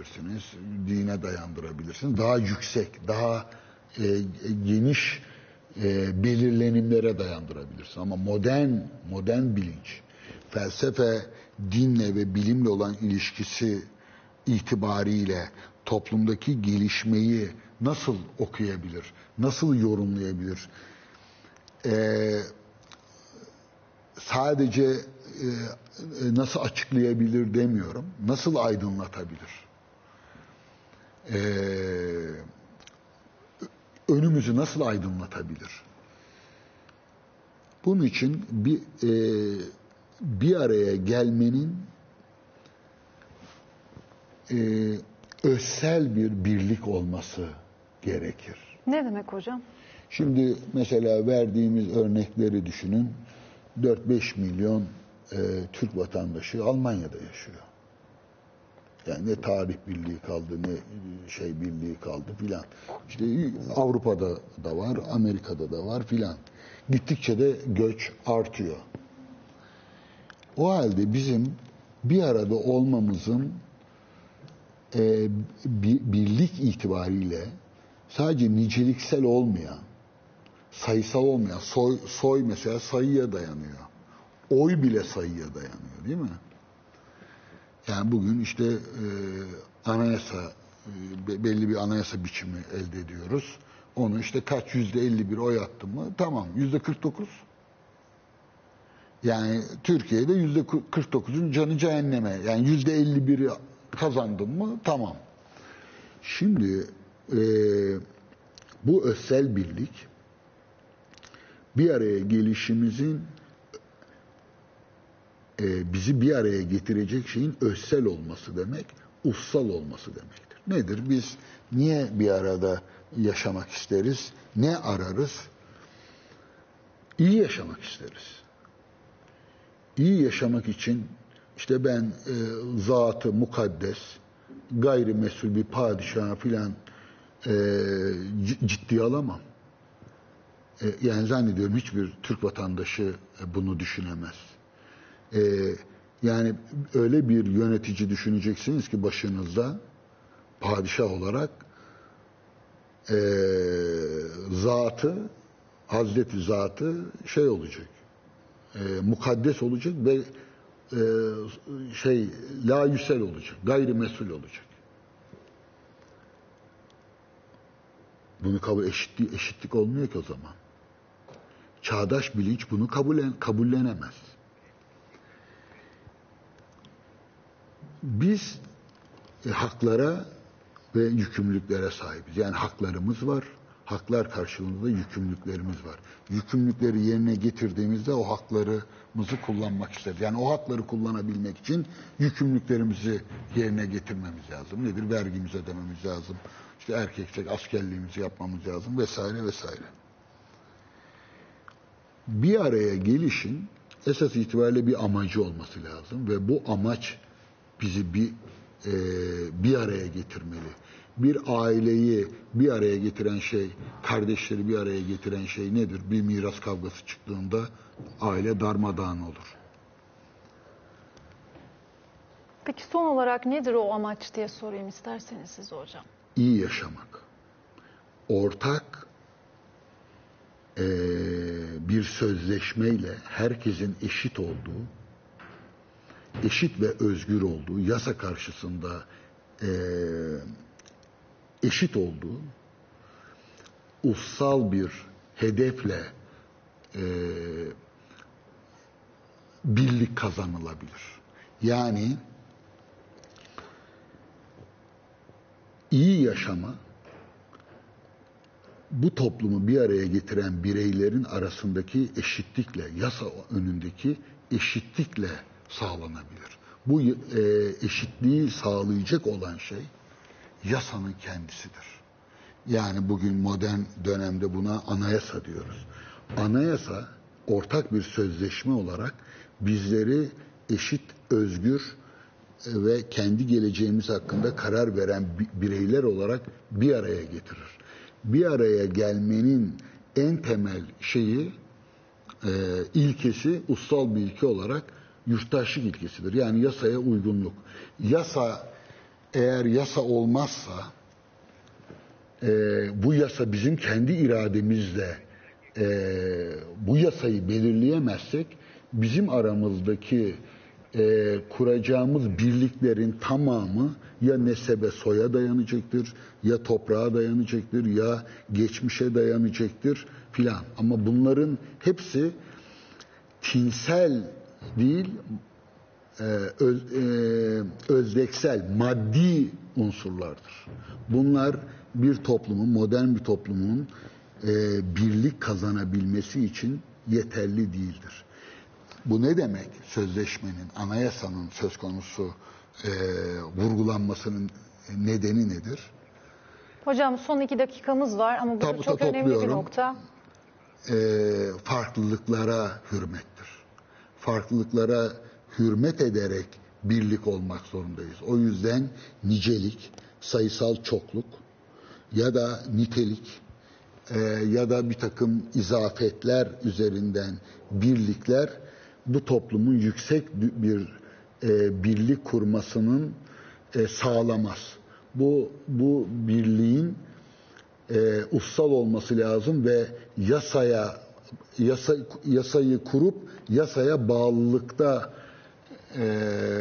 dayandırabilirsiniz, dine dayandırabilirsiniz. Daha yüksek, daha e, geniş e, belirlenimlere dayandırabilirsin. Ama modern modern bilinç, felsefe, dinle ve bilimle olan ilişkisi itibariyle toplumdaki gelişmeyi nasıl okuyabilir, nasıl yorumlayabilir? Ee, sadece e, nasıl açıklayabilir demiyorum, nasıl aydınlatabilir? Ee, önümüzü nasıl aydınlatabilir? Bunun için bir e, bir araya gelmenin e, özsel bir birlik olması gerekir. Ne demek hocam? Şimdi mesela verdiğimiz örnekleri düşünün. dört beş milyon e, Türk vatandaşı Almanya'da yaşıyor. Yani ne tarih birliği kaldı, ne şey birliği kaldı filan. İşte Avrupa'da da var, Amerika'da da var filan. Gittikçe de göç artıyor. O halde bizim bir arada olmamızın e, birlik itibariyle sadece niceliksel olmayan, sayısal olmayan, soy, soy mesela sayıya dayanıyor. Oy bile sayıya dayanıyor, değil mi? Yani bugün işte e, anayasa, e, belli bir anayasa biçimi elde ediyoruz. Onu işte kaç yüzde elli bir oy attım mı? Tamam, yüzde kırk dokuz. Yani Türkiye'de yüzde kırk dokuzun canı cehenneme. Yani yüzde elli biri kazandım mı? Tamam. Şimdi e, bu özsel birlik bir araya gelişimizin e, bizi bir araya getirecek şeyin özsel olması demek, ussal olması demektir. Nedir? Biz niye bir arada yaşamak isteriz? Ne ararız? İyi yaşamak isteriz. İyi yaşamak için işte ben e, zatı mukaddes, gayrimesul bir padişah filan e, ciddiye alamam. E, yani zannediyorum hiçbir Türk vatandaşı bunu düşünemez. E, yani öyle bir yönetici düşüneceksiniz ki başınızda padişah olarak e, zatı, Hazreti zatı şey olacak, e, mukaddes olacak ve e, şey la yüsel olacak, gayrimesul olacak. Bunu kabul eşitlik, eşitlik olmuyor ki o zaman. Çağdaş bilinç bunu kabullen, kabullenemez. Biz e, haklara ve yükümlülüklere sahibiz. Yani haklarımız var. Haklar karşılığında yükümlülüklerimiz var. Yükümlülükleri yerine getirdiğimizde o haklarımızı kullanmak isteriz. Yani o hakları kullanabilmek için yükümlülüklerimizi yerine getirmemiz lazım. Nedir? Vergimizi ödememiz lazım. İşte erkeksek askerliğimizi yapmamız lazım vesaire vesaire. Bir araya gelişin esas itibariyle bir amacı olması lazım ve bu amaç bizi bir e, bir araya getirmeli. Bir aileyi bir araya getiren şey, kardeşleri bir araya getiren şey nedir? Bir miras kavgası çıktığında aile darmadağın olur. Peki son olarak nedir o amaç diye sorayım isterseniz siz hocam. İyi yaşamak. Ortak e, bir sözleşmeyle herkesin eşit olduğu, eşit ve özgür olduğu, yasa karşısında e, eşit olduğu, ussal bir hedefle e, birlik kazanılabilir. Yani iyi yaşama, bu toplumu bir araya getiren bireylerin arasındaki eşitlikle, yasa önündeki eşitlikle sağlanabilir. Bu e, eşitliği sağlayacak olan şey yasanın kendisidir. Yani bugün modern dönemde buna anayasa diyoruz. Anayasa ortak bir sözleşme olarak bizleri eşit, özgür ve kendi geleceğimiz hakkında karar veren bireyler olarak bir araya getirir. Bir araya gelmenin en temel şeyi, e, ilkesi, ussal bir ilke olarak yurttaşlık ilkesidir. Yani yasaya uygunluk. Yasa, eğer yasa olmazsa, e, bu yasa bizim kendi irademizle e, bu yasayı belirleyemezsek bizim aramızdaki e, kuracağımız birliklerin tamamı ya nesebe soya dayanacaktır, ya toprağa dayanacaktır, ya geçmişe dayanacaktır filan. Ama bunların hepsi tinsel değil, e, öz, e, özdeksel, maddi unsurlardır. Bunlar bir toplumun, modern bir toplumun e, birlik kazanabilmesi için yeterli değildir. Bu ne demek? Sözleşmenin, anayasanın söz konusu e, vurgulanmasının nedeni nedir? Hocam son iki dakikamız var ama bu Tabuta çok önemli bir topluyorum. nokta. E, farklılıklara hürmettir. Farklılıklara hürmet ederek birlik olmak zorundayız. O yüzden nicelik, sayısal çokluk ya da nitelik e, ya da bir takım izafetler üzerinden birlikler bu toplumun yüksek bir e, birlik kurmasının e, sağlamaz. Bu bu birliğin e, ussal olması lazım ve yasaya yasa, yasayı kurup yasaya bağlılıkta e,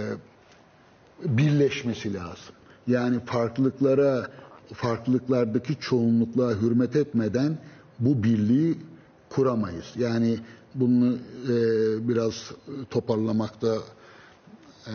birleşmesi lazım. Yani farklılıklara farklılıklardaki çoğunlukluğa hürmet etmeden bu birliği kuramayız. Yani bunu e, biraz toparlamakta e,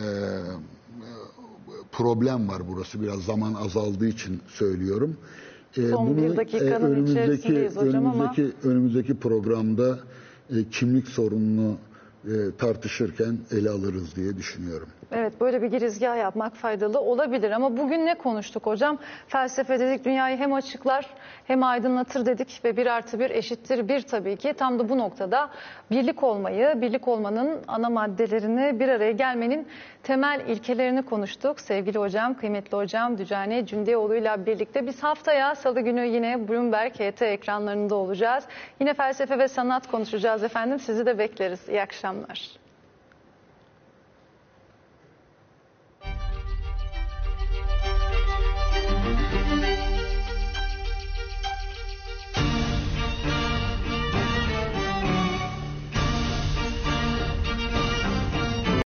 problem var burası. Biraz zaman azaldığı için söylüyorum. E, Son bunu, bir dakikanın e, önümüzdeki, içerisindeyiz hocam ama... önümüzdeki, önümüzdeki programda e, kimlik sorununu e, tartışırken ele alırız diye düşünüyorum. Evet, böyle bir girizgah yapmak faydalı olabilir ama bugün ne konuştuk hocam? Felsefe dedik, dünyayı hem açıklar hem aydınlatır dedik ve bir artı bir eşittir bir tabii ki. Tam da bu noktada birlik olmayı, birlik olmanın ana maddelerini, bir araya gelmenin temel ilkelerini konuştuk. Sevgili hocam, kıymetli hocam Dücane Cündeyoğlu'yla birlikte biz haftaya Salı günü yine Bloomberg H T ekranlarında olacağız. Yine felsefe ve sanat konuşacağız efendim. Sizi de bekleriz. İyi akşamlar.